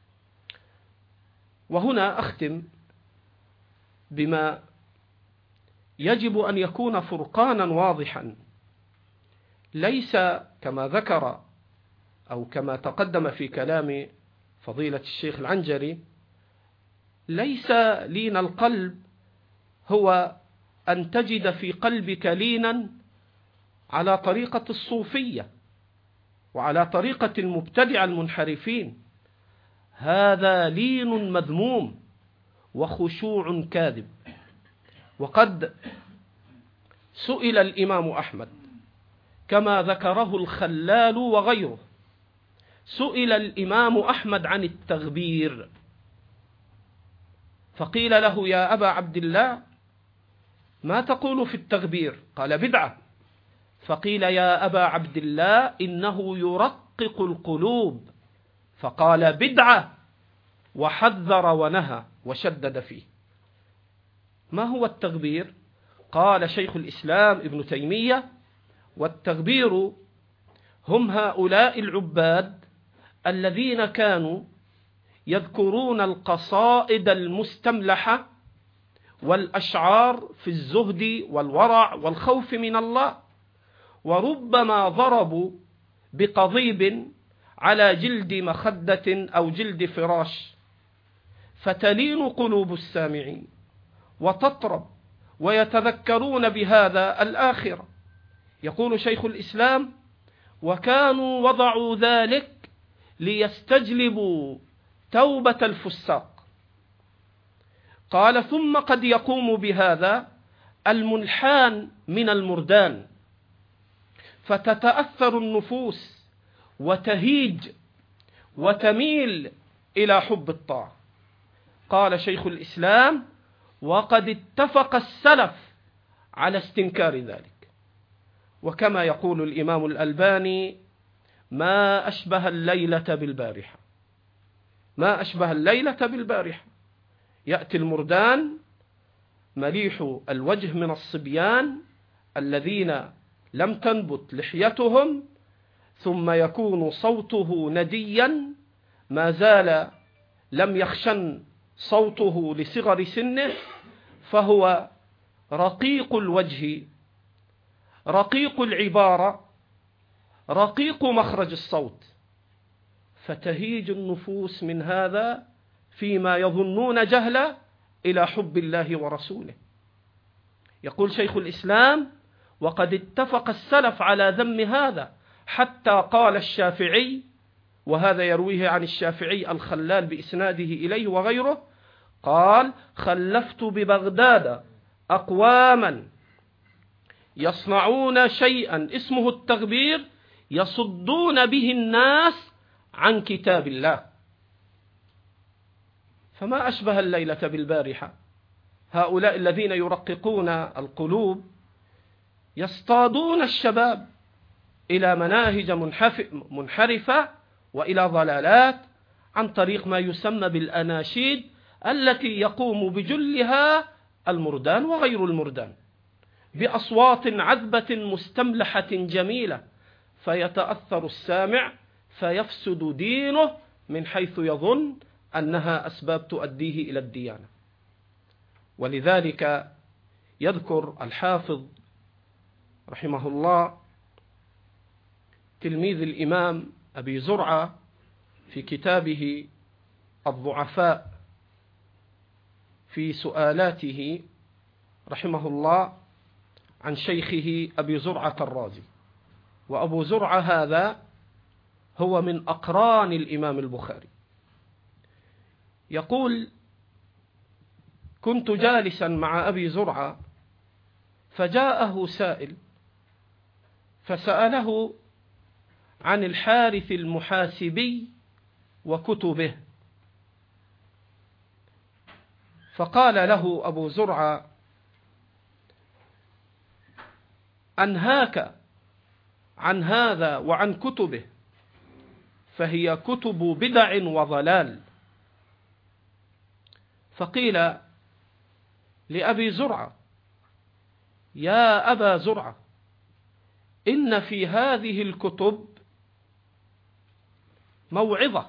Speaker 2: وهنا أختم بما يجب أن يكون فرقانا واضحا، ليس كما ذكر أو كما تقدم في كلام فضيلة الشيخ العنجري، ليس لين القلب هو أن تجد في قلبك لينا على طريقة الصوفية وعلى طريقة المبتدع المنحرفين. هذا لين مذموم وخشوع كاذب. وقد سئل الإمام أحمد كما ذكره الخلال وغيره، سئل الإمام أحمد عن التغبير، فقيل له: يا أبا عبد الله ما تقول في التغبير؟ قال: بدعة. فقيل: يا أبا عبد الله إنه يرقق القلوب، فقال: بدعة، وحذر ونهى وشدد فيه. ما هو التغبير؟ قال شيخ الإسلام ابن تيمية: والتغبير هم هؤلاء العباد الذين كانوا يذكرون القصائد المستملحة والأشعار في الزهد والورع والخوف من الله، وربما ضربوا بقضيب على جلد مخدة أو جلد فراش، فتلين قلوب السامعين وتطرب ويتذكرون بهذا الآخرة. يقول شيخ الإسلام: وكانوا وضعوا ذلك ليستجلبوا توبة الفساق. قال: ثم قد يقوم بهذا الملحان من المردان، فتتأثر النفوس وتهيج وتميل إلى حب الطاعة. قال شيخ الإسلام: وقد اتفق السلف على استنكار ذلك. وكما يقول الإمام الألباني: ما أشبه الليلة بالبارحة، ما أشبه الليلة بالبارحة. يأتي المردان مليح الوجه من الصبيان الذين لم تنبت لحيتهم، ثم يكون صوته نديا ما زال لم يخشن صوته لصغر سنه، فهو رقيق الوجه، رقيق العبارة، رقيق مخرج الصوت، فتهيج النفوس من هذا فيما يظنون جهلا إلى حب الله ورسوله. يقول شيخ الإسلام: وقد اتفق السلف على ذم هذا، حتى قال الشافعي، وهذا يرويه عن الشافعي الخلال بإسناده إليه وغيره، قال: خلفت ببغداد أقواما يصنعون شيئا اسمه التغبير يصدون به الناس عن كتاب الله. فما أشبه الليلة بالبارحة. هؤلاء الذين يرققون القلوب يصطادون الشباب إلى مناهج منحرفة وإلى ضلالات عن طريق ما يسمى بالأناشيد التي يقوم بجلها المردان وغير المردان، بأصوات عذبة مستملحة جميلة، فيتأثر السامع فيفسد دينه من حيث يظن أنها أسباب تؤديه إلى الديانة. ولذلك يذكر الحافظ رحمه الله تلميذ الإمام أبي زرعة في كتابه الضعفاء في سؤالاته رحمه الله عن شيخه أبي زرعة الرازي. وأبو زرعة هذا هو من أقران الإمام البخاري. يقول: كنت جالسا مع أبي زرعة فجاءه سائل فسأله عن الحارث المحاسبي وكتبه، فقال له أبو زرعة: أنهاك عن هذا وعن كتبه، فهي كتب بدع وضلال. فقيل لأبي زرعة: يا أبا زرعة، إن في هذه الكتب موعظة،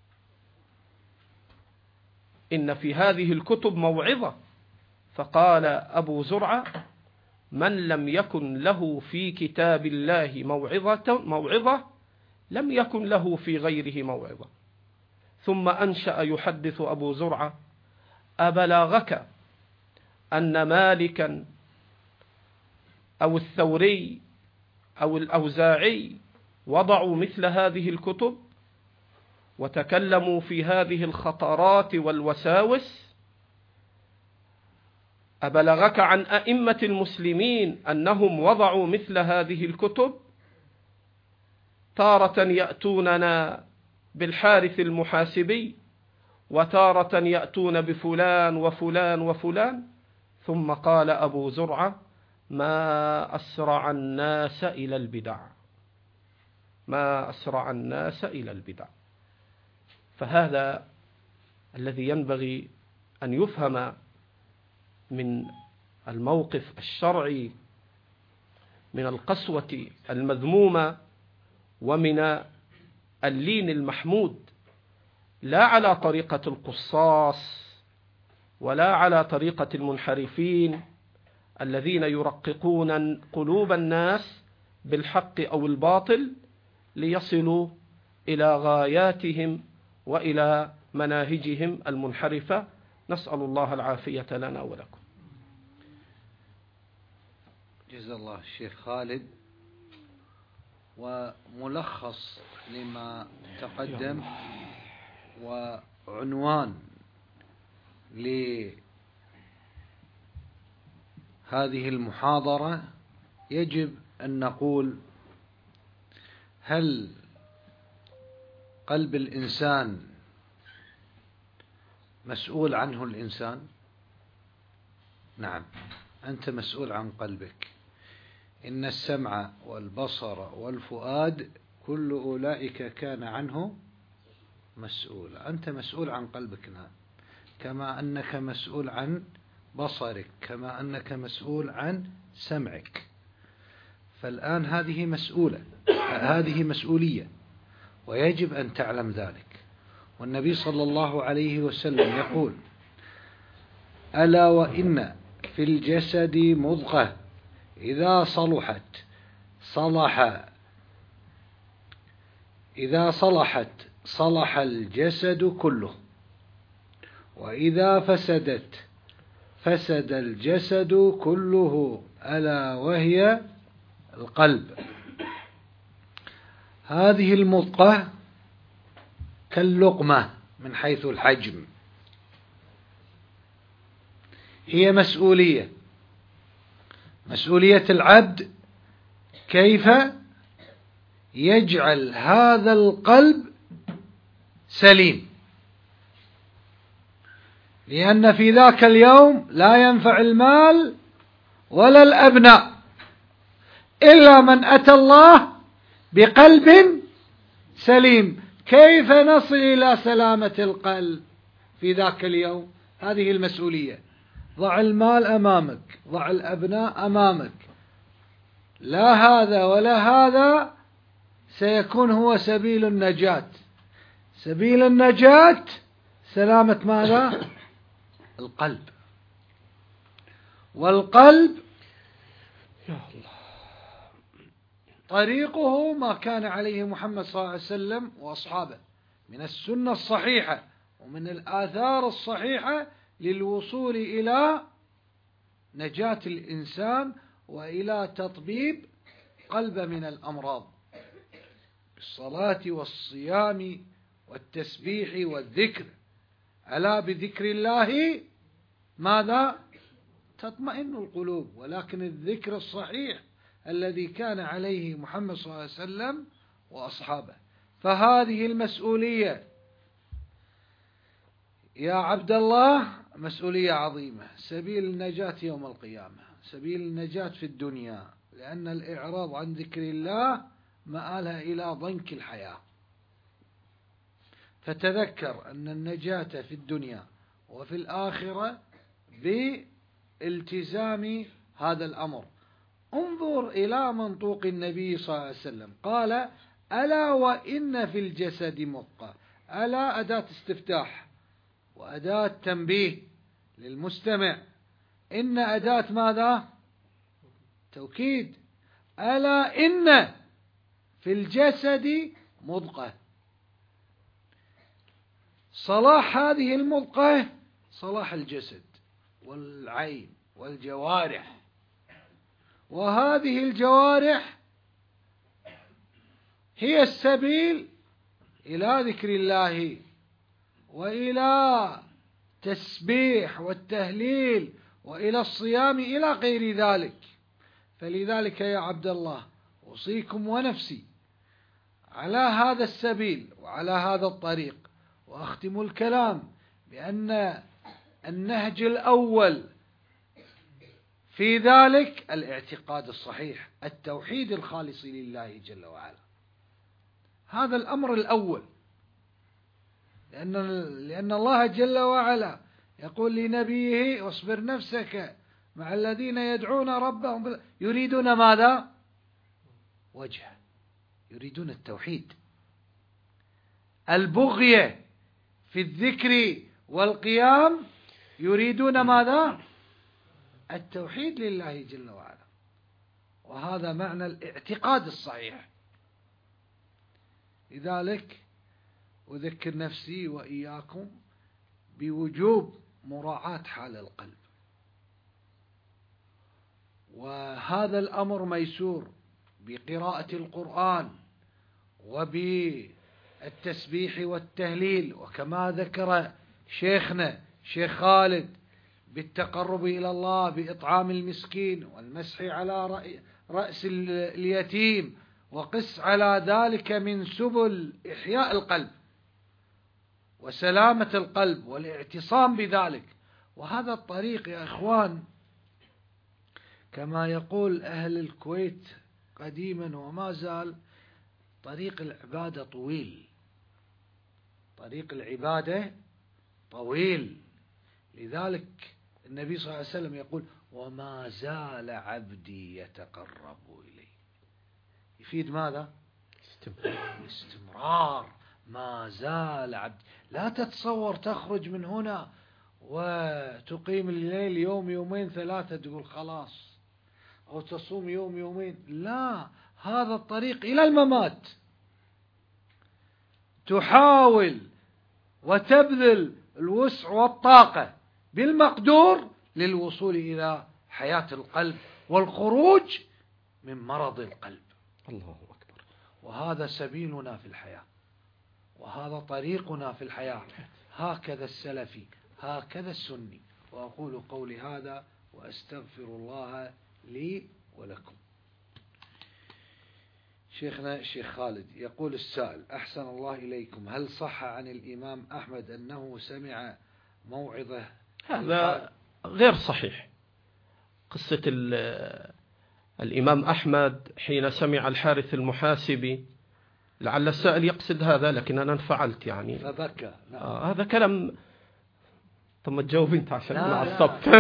Speaker 2: إن في هذه الكتب موعظة. فقال أبو زرعة: من لم يكن له في كتاب الله موعظة موعظة لم يكن له في غيره موعظة. ثم أنشأ يحدث أبو زرعة: أبلغك أن مالكا أو الثوري أو الأوزاعي وضعوا مثل هذه الكتب وتكلموا في هذه الخطرات والوساوس؟ أبلغك عن أئمة المسلمين أنهم وضعوا مثل هذه الكتب؟ تارة يأتوننا بالحارث المحاسبي، وتارة يأتون بفلان وفلان وفلان. ثم قال أبو زرعة: ما أسرع الناس إلى البدع، ما أسرع الناس إلى البدع. فهذا الذي ينبغي أن يفهم من الموقف الشرعي من القسوة المذمومة ومن اللين المحمود، لا على طريقة القصاص ولا على طريقة المنحرفين الذين يرققون قلوب الناس بالحق أو الباطل ليصلوا إلى غاياتهم وإلى مناهجهم المنحرفة. نسأل الله العافية لنا ولكم.
Speaker 1: جزا الله الشيخ خالد. وملخص لما تقدم وعنوان لهذه المحاضرة، يجب أن نقول: هل قلب الإنسان مسؤول عنه الإنسان؟ نعم، أنت مسؤول عن قلبك. إن السمع والبصر والفؤاد كل أولئك كان عنه مسؤولا. أنت مسؤول عن قلبك، نعم، كما أنك مسؤول عن بصرك، كما أنك مسؤول عن سمعك. فالآن هذه مسؤولة، هذه مسؤولية، ويجب أن تعلم ذلك. والنبي صلى الله عليه وسلم يقول: ألا وإن في الجسد مضغة إذا صلحت صلح إذا صلحت صلح الجسد كله، وإذا فسدت فسد الجسد كله، ألا وهي القلب. هذه المضغة كاللقمة من حيث الحجم، هي مسؤولية مسؤولية العبد كيف يجعل هذا القلب سليم، لأن في ذاك اليوم لا ينفع المال ولا الأبناء إلا من أتى الله بقلب سليم. كيف نصل إلى سلامة القلب في ذاك اليوم؟ هذه المسؤولية. ضع المال أمامك، ضع الأبناء أمامك، لا هذا ولا هذا سيكون هو سبيل النجاة. سبيل النجاة سلامة ماذا؟ القلب. والقلب طريقه ما كان عليه محمد صلى الله عليه وسلم وأصحابه من السنة الصحيحة ومن الآثار الصحيحة للوصول إلى نجاة الإنسان وإلى تطبيب قلب من الأمراض، بالصلاة والصيام والتسبيح والذكر. ألا بذكر الله ماذا؟ تطمئن القلوب. ولكن الذكر الصحيح الذي كان عليه محمد صلى الله عليه وسلم وأصحابه. فهذه المسؤولية يا عبد الله مسؤولية عظيمة، سبيل النجاة يوم القيامة، سبيل النجاة في الدنيا، لأن الإعراض عن ذكر الله مآلها إلى ضنك الحياة. فتذكر أن النجاة في الدنيا وفي الآخرة بالتزام هذا الأمر. انظر إلى منطوق النبي صلى الله عليه وسلم، قال: ألا وإن في الجسد مضغة. ألا أداة استفتاح وأداة تنبيه للمستمع. إن أداة ماذا؟ توكيد. ألا إن في الجسد مضغة. صلاح هذه المضغة صلاح الجسد والعين والجوارح، وهذه الجوارح هي السبيل إلى ذكر الله وإلى تسبيح والتهليل وإلى الصيام إلى غير ذلك. فلذلك يا عبد الله أوصيكم ونفسي على هذا السبيل وعلى هذا الطريق. وأختم الكلام بأن النهج الأول في ذلك الاعتقاد الصحيح، التوحيد الخالص لله جل وعلا. هذا الأمر الأول، لأن, لأن الله جل وعلا يقول لنبيه: واصبر نفسك مع الذين يدعون ربهم يريدون ماذا؟ وجهه، يريدون التوحيد. البغية في الذكر والقيام يريدون ماذا؟ التوحيد لله جل وعلا. وهذا معنى الاعتقاد الصحيح. لذلك أذكر نفسي وإياكم بوجوب مراعاة حال القلب، وهذا الأمر ميسور بقراءة القرآن وبالتسبيح والتهليل، وكما ذكر شيخنا شيخ خالد بالتقرب إلى الله بإطعام المسكين والمسح على رأس اليتيم، وقس على ذلك من سبل إحياء القلب وسلامة القلب والاعتصام بذلك. وهذا الطريق يا إخوان كما يقول أهل الكويت قديما وما زال، طريق العبادة طويل، طريق العبادة طويل. لذلك النبي صلى الله عليه وسلم يقول وما زال عبدي يتقرب إلي. يفيد ماذا؟ استمرار. استمرار. ما زال عبدي. لا تتصور تخرج من هنا وتقيم الليل يوم يومين ثلاثة تقول خلاص، أو تصوم يوم يومين، لا، هذا الطريق إلى الممات. تحاول وتبذل الوسع والطاقة بالمقدور للوصول إلى حياة القلب والخروج من مرض القلب.
Speaker 2: الله أكبر.
Speaker 1: وهذا سبيلنا في الحياة، وهذا طريقنا في الحياة، هكذا السلفي، هكذا السني. وأقول قولي هذا وأستغفر الله لي ولكم. شيخنا الشيخ خالد يقول السائل أحسن الله إليكم، هل صح عن الإمام أحمد أنه سمع موعظة؟
Speaker 2: هذا غير صحيح. قصة الإمام أحمد حين سمع الحارث المحاسبي، لعل السائل يقصد هذا، لكن أنا انفعلت يعني
Speaker 1: فبكى. نعم.
Speaker 2: آه هذا كلام. ثم تجاوب انت عشان مع الصبت.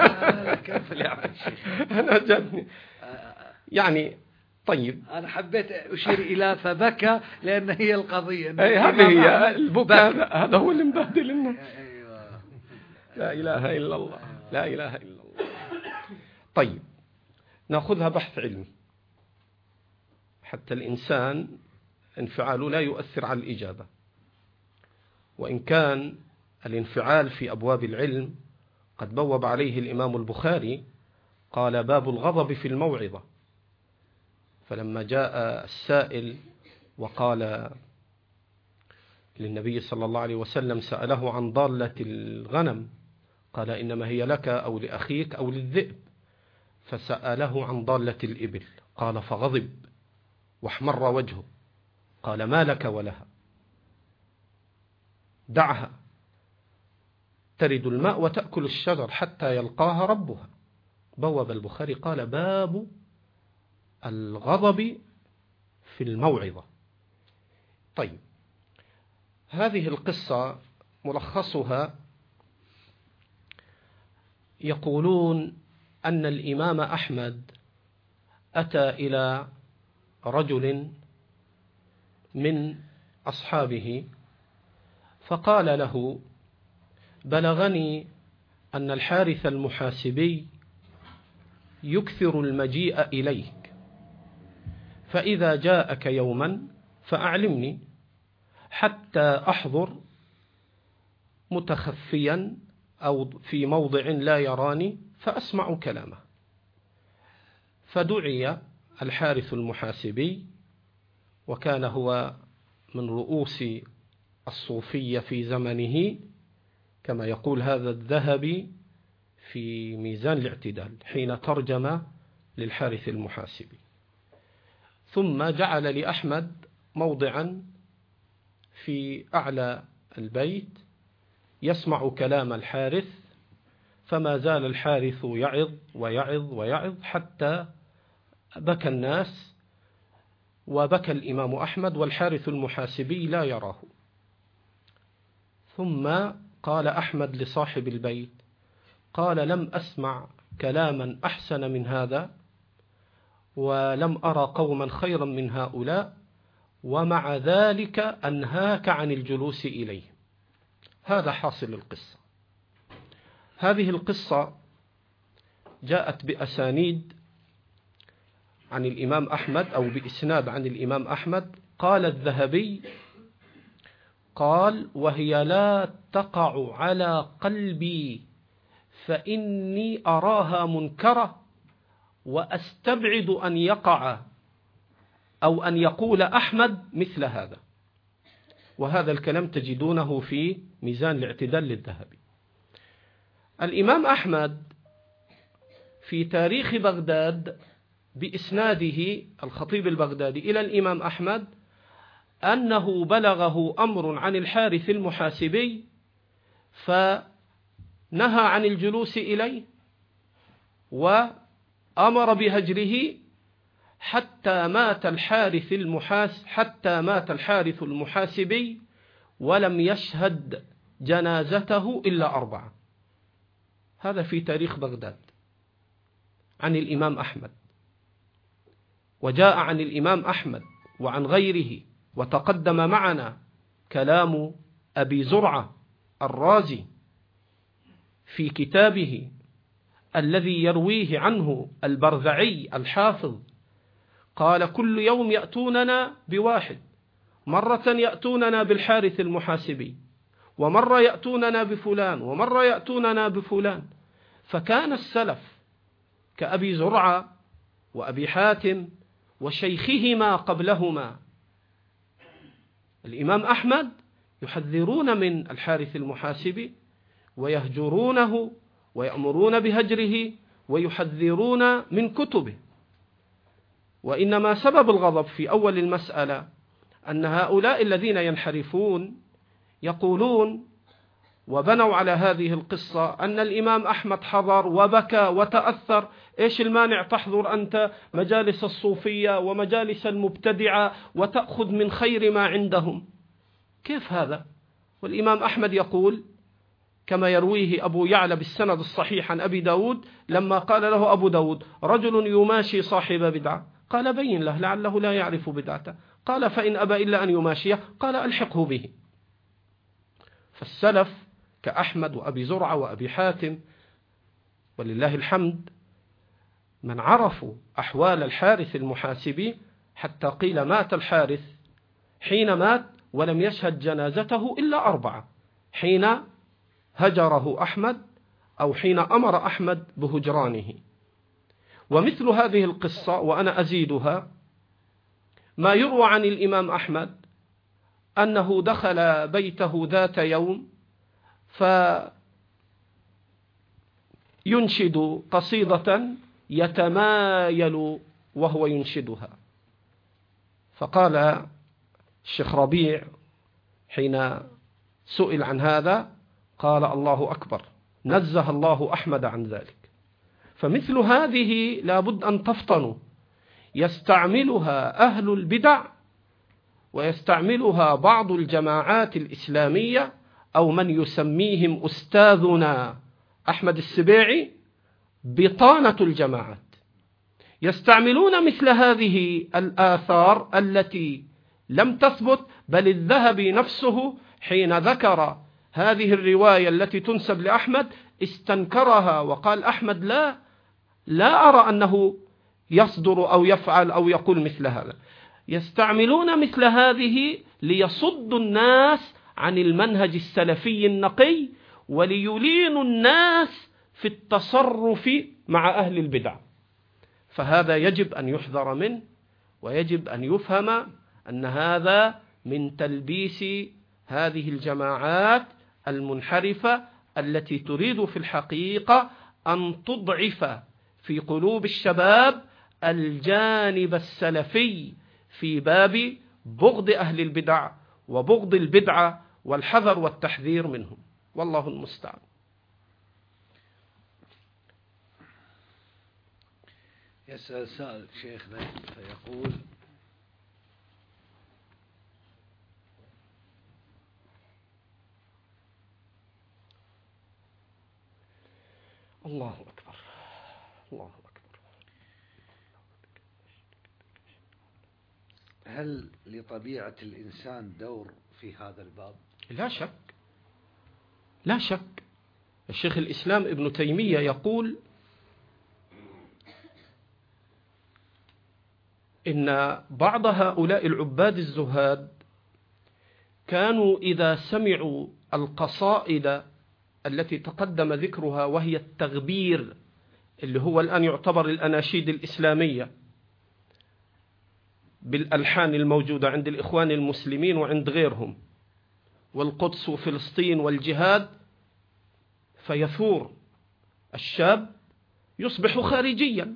Speaker 2: أنا جدني يعني. طيب
Speaker 1: أنا حبيت أشير إلى فبكى لأن هي القضية.
Speaker 2: أي هذه هي البكاء، هذا هو اللي مبهدل الناس.
Speaker 1: أيوة.
Speaker 2: لا إله إلا الله، لا إله إلا الله. طيب نأخذها بحث علمي. حتى الإنسان انفعاله لا يؤثر على الإجابة، وإن كان الانفعال في أبواب العلم قد بوب عليه الإمام البخاري، قال باب الغضب في الموعظة. فلما جاء السائل وقال للنبي صلى الله عليه وسلم، سأله عن ضالة الغنم، قال إنما هي لك أو لأخيك أو للذئب. فسأله عن ضالة الإبل، قال فغضب واحمر وجهه، قال ما لك ولها، دعها ترد الماء وتأكل الشجر حتى يلقاها ربها. بوب البخاري قال باب الغضب في الموعظة. طيب هذه القصة ملخصها يقولون أن الإمام أحمد أتى إلى رجل من أصحابه فقال له بلغني أن الحارث المحاسبي يكثر المجيء إليك، فإذا جاءك يوما فأعلمني حتى أحضر متخفيا أو في موضع لا يراني فأسمع كلامه. فدعي الحارث المحاسبي، وكان هو من رؤوس الصوفية في زمنه، كما يقول هذا الذهبي في ميزان الاعتدال حين ترجم للحارث المحاسبي. ثم جعل لأحمد موضعا في أعلى البيت يسمع كلام الحارث، فما زال الحارث يعظ ويعظ ويعظ حتى بكى الناس، وبكى الإمام أحمد والحارث المحاسبي لا يراه. ثم قال أحمد لصاحب البيت، قال لم أسمع كلاما أحسن من هذا، ولم أرى قوما خيرا من هؤلاء، ومع ذلك أنهاك عن الجلوس إليه. هذا حاصل القصة. هذه القصة جاءت بأسانيد عن الإمام أحمد أو بإسناد عن الإمام أحمد. قال الذهبي قال: وهي لا تقع على قلبي فإني أراها منكرة وأستبعد أن يقع أو أن يقول أحمد مثل هذا. وهذا الكلام تجدونه في ميزان الاعتدال للذهبي. الإمام أحمد في تاريخ بغداد بإسناده الخطيب البغدادي إلى الإمام أحمد أنه بلغه أمر عن الحارث المحاسبي فنهى عن الجلوس إليه وأمر بهجره حتى مات الحارث المحاس حتى مات الحارث المحاسبي ولم يشهد جنازته إلا أربعة. هذا في تاريخ بغداد عن الإمام أحمد. وجاء عن الإمام أحمد وعن غيره وتقدم معنا كلام أبي زرعة الرازي في كتابه الذي يرويه عنه البرزعي الحافظ. قال: كل يوم يأتوننا بواحد، مرة يأتوننا بالحارث المحاسبي، ومرة يأتوننا بفلان، ومرة يأتوننا بفلان. فكان السلف كأبي زرعة وأبي حاتم وشيخهما قبلهما الإمام أحمد يحذرون من الحارث المحاسبي ويهجرونه ويأمرون بهجره ويحذرون من كتبه. وإنما سبب الغضب في أول المسألة أن هؤلاء الذين ينحرفون يقولون وبنوا على هذه القصة أن الإمام أحمد حضر وبكى وتأثر. إيش المانع تحضر أنت مجالس الصوفية ومجالس المبتدعة وتأخذ من خير ما عندهم؟ كيف هذا؟ والإمام أحمد يقول كما يرويه أبو يعلى بالسند الصحيح عن أبي داود لما قال له أبو داود: رجل يماشي صاحب بدعة. قال: بين له لعله لا يعرف بدعته. قال: فإن أبى إلا أن يماشيه قال: ألحقه به. فالسلف كأحمد وأبي زرعة وأبي حاتم ولله الحمد من عرفوا أحوال الحارث المحاسبي حتى قيل مات الحارث حين مات ولم يشهد جنازته إلا أربعة: حين هجره أحمد أو حين أمر أحمد بهجرانه. ومثل هذه القصة وأنا أزيدها ما يروى عن الإمام أحمد أنه دخل بيته ذات يوم فينشد قصيدة يتمايل وهو ينشدها. فقال الشيخ ربيع حين سئل عن هذا قال: الله أكبر، نزه الله أحمد عن ذلك. فمثل هذه لابد أن تفطنوا، يستعملها أهل البدع ويستعملها بعض الجماعات الإسلامية أو من يسميهم أستاذنا أحمد السبيعي بطانة الجماعات. يستعملون مثل هذه الآثار التي لم تثبت، بل الذهبي نفسه حين ذكر هذه الرواية التي تنسب لأحمد استنكرها وقال: أحمد لا لا أرى أنه يصدر أو يفعل أو يقول مثل هذا. يستعملون مثل هذه ليصدوا الناس عن المنهج السلفي النقي وليلينوا الناس في التصرف مع أهل البدع. فهذا يجب أن يحذر منه، ويجب أن يفهم أن هذا من تلبيس هذه الجماعات المنحرفة التي تريد في الحقيقة أن تضعف في قلوب الشباب الجانب السلفي في باب بغض أهل البدع وبغض البدعة والحذر والتحذير منهم، والله المستعان.
Speaker 1: يسأل سائل شيخنا فيقول:
Speaker 2: الله أكبر الله أكبر،
Speaker 1: هل لطبيعة الإنسان دور في هذا الباب؟
Speaker 2: لا شك لا شك. الشيخ الإسلام ابن تيمية يقول: إن بعض هؤلاء العباد الزهاد كانوا إذا سمعوا القصائد التي تقدم ذكرها وهي التغبير، اللي هو الآن يعتبر الأناشيد الإسلامية بالألحان الموجودة عند الإخوان المسلمين وعند غيرهم، والقدس وفلسطين والجهاد، فيثور الشاب يصبح خارجيا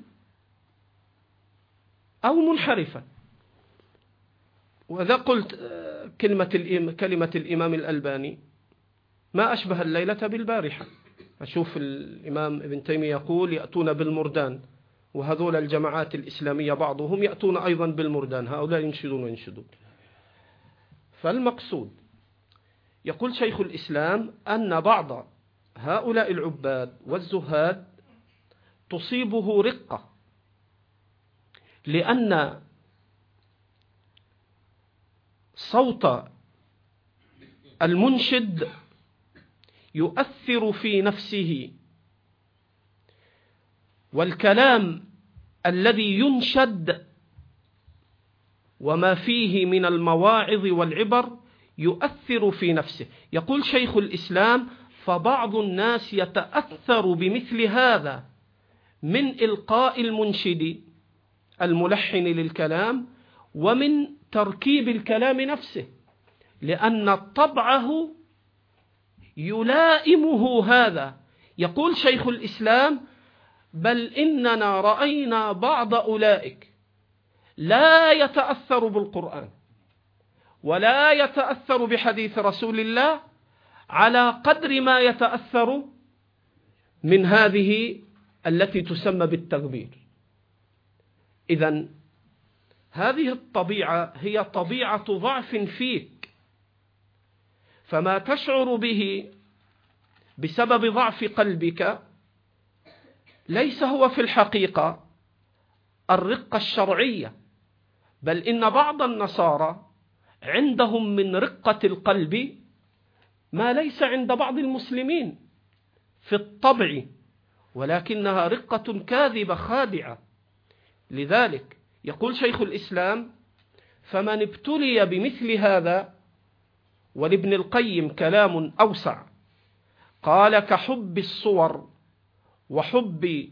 Speaker 2: أو منحرفا. وإذا قلت كلمة كلمة الإمام الألباني ما أشبه الليلة بالبارحة. أشوف الإمام ابن تيمية يقول يأتون بالمردان، وهذول الجماعات الإسلامية بعضهم يأتون أيضا بالمردان، هؤلاء ينشدون وينشدون. فالمقصود يقول شيخ الإسلام أن بعض هؤلاء العباد والزهاد تصيبه رقة، لأن صوت المنشد يؤثر في نفسه، والكلام الذي ينشد وما فيه من المواعظ والعبر يؤثر في نفسه. يقول شيخ الإسلام: فبعض الناس يتأثر بمثل هذا من إلقاء المنشد الملحن للكلام ومن تركيب الكلام نفسه، لأن طبعه يلائمه هذا. يقول شيخ الإسلام: بل إننا رأينا بعض أولئك لا يتأثر بالقرآن ولا يتأثر بحديث رسول الله على قدر ما يتأثر من هذه التي تسمى بالتغبير. إذن هذه الطبيعة هي طبيعة ضعف فيك، فما تشعر به بسبب ضعف قلبك ليس هو في الحقيقة الرقة الشرعية، بل إن بعض النصارى عندهم من رقة القلب ما ليس عند بعض المسلمين في الطبع، ولكنها رقة كاذبة خادعة. لذلك يقول شيخ الإسلام: فمن ابتلي بمثل هذا، ولابن القيم كلام أوسع، قال: كحب الصور وحب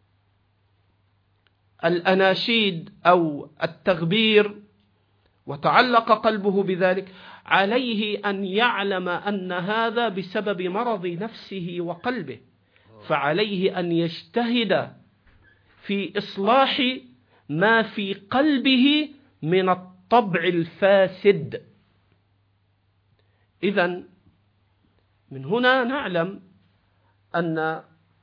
Speaker 2: الأناشيد أو التغبير، وتعلق قلبه بذلك، عليه أن يعلم أن هذا بسبب مرض نفسه وقلبه، فعليه أن يجتهد في إصلاح ما في قلبه من الطبع الفاسد. إذن من هنا نعلم أن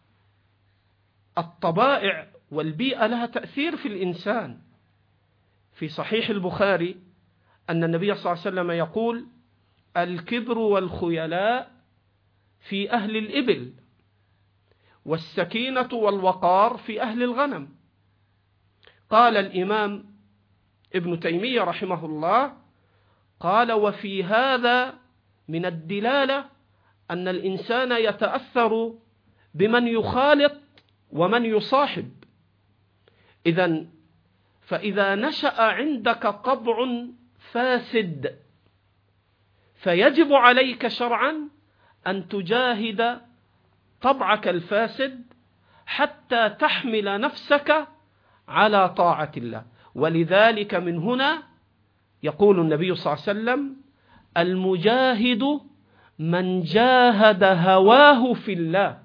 Speaker 2: الطبائع والبيئة لها تأثير في الإنسان. في صحيح البخاري أن النبي صلى الله عليه وسلم يقول: الكبر والخيلاء في أهل الإبل، والسكينة والوقار في أهل الغنم. قال الإمام ابن تيمية رحمه الله: قال: وفي هذا من الدلالة أن الإنسان يتأثر بمن يخالط ومن يصاحب. إذن فإذا نشأ عندك طبع فاسد فيجب عليك شرعا أن تجاهد طبعك الفاسد حتى تحمل نفسك على طاعة الله. ولذلك من هنا يقول النبي صلى الله عليه وسلم: المجاهد من جاهد هواه في الله.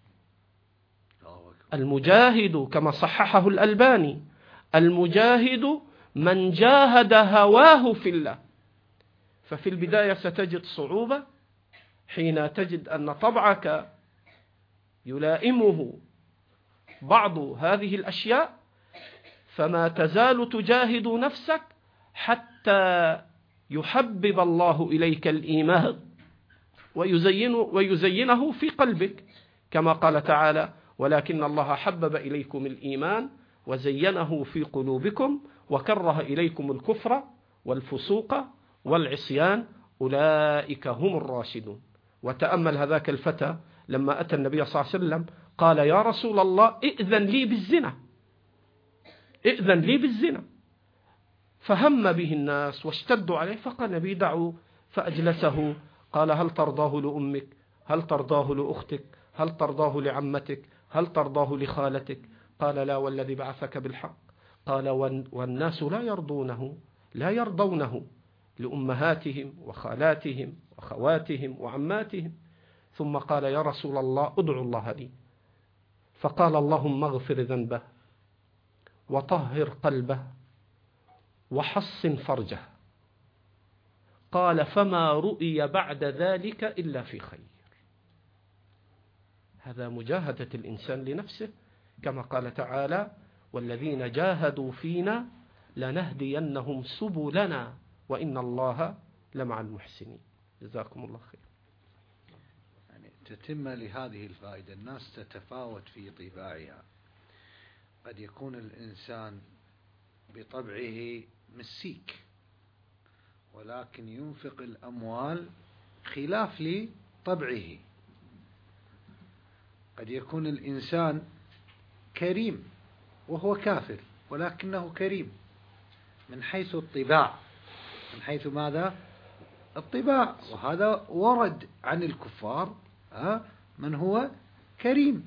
Speaker 2: المجاهد كما صححه الألباني: المجاهد من جاهد هواه في الله. ففي البداية ستجد صعوبة حين تجد أن طبعك يلائمه بعض هذه الأشياء، فما تزال تجاهد نفسك حتى يحبب الله إليك الإيمان ويزين ويزينه في قلبك، كما قال تعالى: ولكن الله حبب إليكم الإيمان وزينه في قلوبكم وكره إليكم الكفر والفسوق والعصيان أولئك هم الراشدون. وتأمل هذاك الفتى لما أتى النبي صلى الله عليه وسلم قال: يا رسول الله، ائذن لي بالزنا، ائذن لي بالزنا. فهم به الناس واشتدوا عليه، فقال النبي دعوا، فأجلسه. قال هل ترضاه لأمك؟ هل ترضاه لأختك؟ هل ترضاه لعمتك؟ هل ترضاه لخالتك؟ قال لا والذي بعثك بالحق. قال والناس لا يرضونه لا يرضونه لأمهاتهم وخالاتهم وأخواتهم وعماتهم. ثم قال يا رسول الله ادعو الله لي. فقال اللهم اغفر ذنبه وطهر قلبه وحصن فرجه. قال فما رؤي بعد ذلك إلا في خير. هذا مجاهدة الإنسان لنفسه، كما قال تعالى والذين جاهدوا فينا لنهدينهم سبلنا وإن الله لمع المحسنين. جزاكم الله خير.
Speaker 1: يعني تتم لهذه الفائدة، الناس تتفاوت في طباعها. قد يكون الإنسان بطبعه مسيك، ولكن ينفق الأموال خلاف لطبعه. قد يكون الإنسان كريم وهو كافر، ولكنه كريم من حيث الطباع، من حيث ماذا؟ الطباع. وهذا ورد عن الكفار من هو كريم.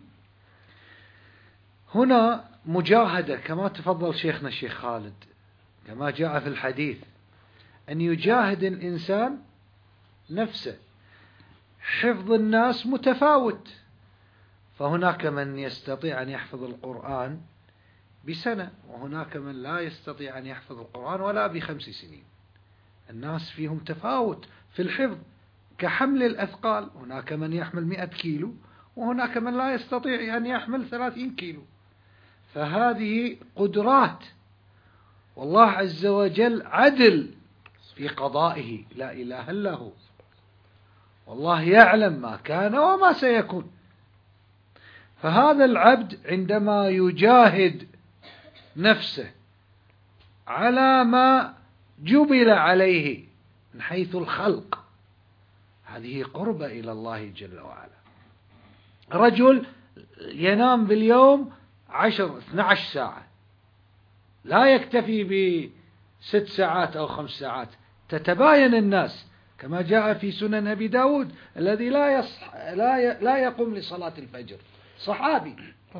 Speaker 1: هنا مجاهدة كما تفضل شيخنا الشيخ خالد، كما جاء في الحديث أن يجاهد الإنسان نفسه. حفظ الناس متفاوت، فهناك من يستطيع أن يحفظ القرآن بسنة، وهناك من لا يستطيع أن يحفظ القرآن ولا بخمس سنين. الناس فيهم تفاوت في الحفظ، كحمل الأثقال، هناك من يحمل مئة كيلو وهناك من لا يستطيع أن يحمل ثلاثين كيلو. فهذه قدرات، والله عز وجل عدل في قضائه، لا إله إلا هو، والله يعلم ما كان وما سيكون. فهذا العبد عندما يجاهد نفسه على ما جبل عليه من حيث الخلق، هذه قربة إلى الله جل وعلا. رجل ينام باليوم عشر اثنى عشر ساعة، لا يكتفي بست ساعات أو خمس ساعات، تتباين الناس كما جاء في سنن أبي داود الذي لا يصح لا ي... لا يقوم لصلاة الفجر، صحابي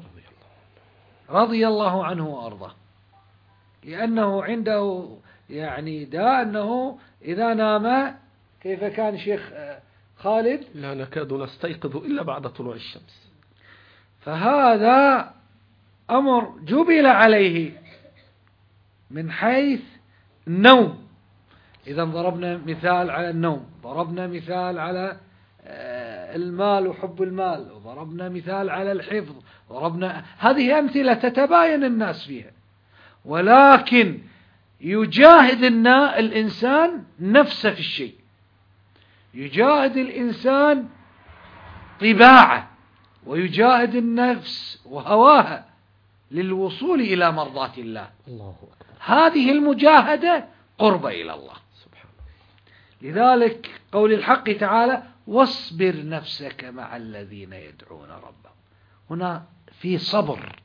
Speaker 1: رضي الله عنه وأرضاه، لأنه عنده يعني داء أنه إذا نام، كيف كان شيخ خالد؟
Speaker 2: لا نكاد نستيقظ إلا بعد طلوع الشمس.
Speaker 1: فهذا أمر جبل عليه من حيث النوم. إذا ضربنا مثال على النوم، ضربنا مثال على المال وحب المال، وضربنا مثال على الحفظ، ضربنا هذه أمثلة تتباين الناس فيها. ولكن يجاهد الإنسان نفسه في الشيء، يجاهد الإنسان طباعه، ويجاهد النفس وهواها للوصول إلى مرضاة الله.
Speaker 2: الله أكبر.
Speaker 1: هذه المجاهدة قرب إلى الله سبحانه. لذلك قول الحق تعالى واصبر نفسك مع الذين يدعون ربهم، هنا في صبر.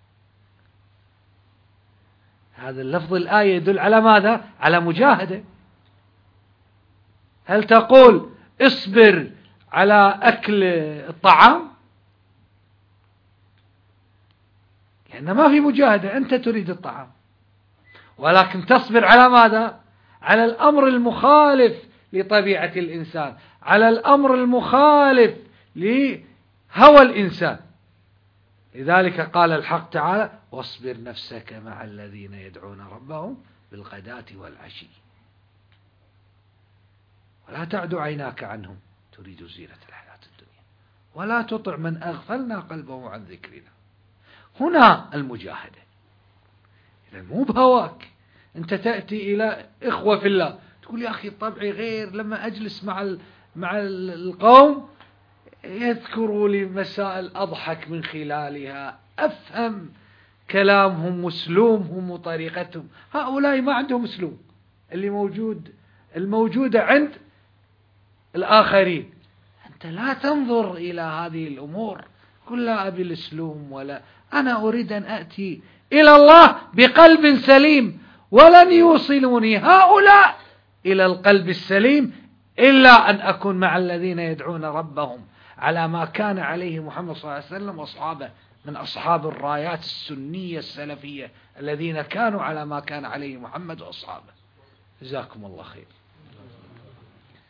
Speaker 1: هذا اللفظ الآية يدل على ماذا؟ على مجاهدة. هل تقول اصبر على أكل الطعام؟ لأن ما في مجاهدة، أنت تريد الطعام، ولكن تصبر على ماذا؟ على الأمر المخالف لطبيعة الإنسان، على الأمر المخالف لهوى الإنسان. لذلك قال الحق تعالى واصبر نفسك مع الذين يدعون ربهم بالغداة والعشي ولا تعد عيناك عنهم تريد زينة الحياة الدنيا ولا تطع من أغفلنا قلبه عن ذكرنا. هنا المجاهدة. إذا مو بهواك، أنت تأتي إلى إخوة في الله تقول يا أخي طبعي غير، لما أجلس مع مع القوم يذكروا لي مسائل أضحك من خلالها، أفهم كلامهم وسلومهم وطريقتهم. هؤلاء ما عندهم اسلوب اللي موجود الموجودة عند الآخرين. أنت لا تنظر إلى هذه الأمور، قل لا أبي الاسلوم، ولا أنا أريد أن أتي إلى الله بقلب سليم ولن يوصلوني هؤلاء إلى القلب السليم إلا أن أكون مع الذين يدعون ربهم على ما كان عليه محمد صلى الله عليه وسلم وأصحابه من أصحاب الرايات السنية السلفية الذين كانوا على ما كان عليه محمد وأصحابه. جزاكم الله خير.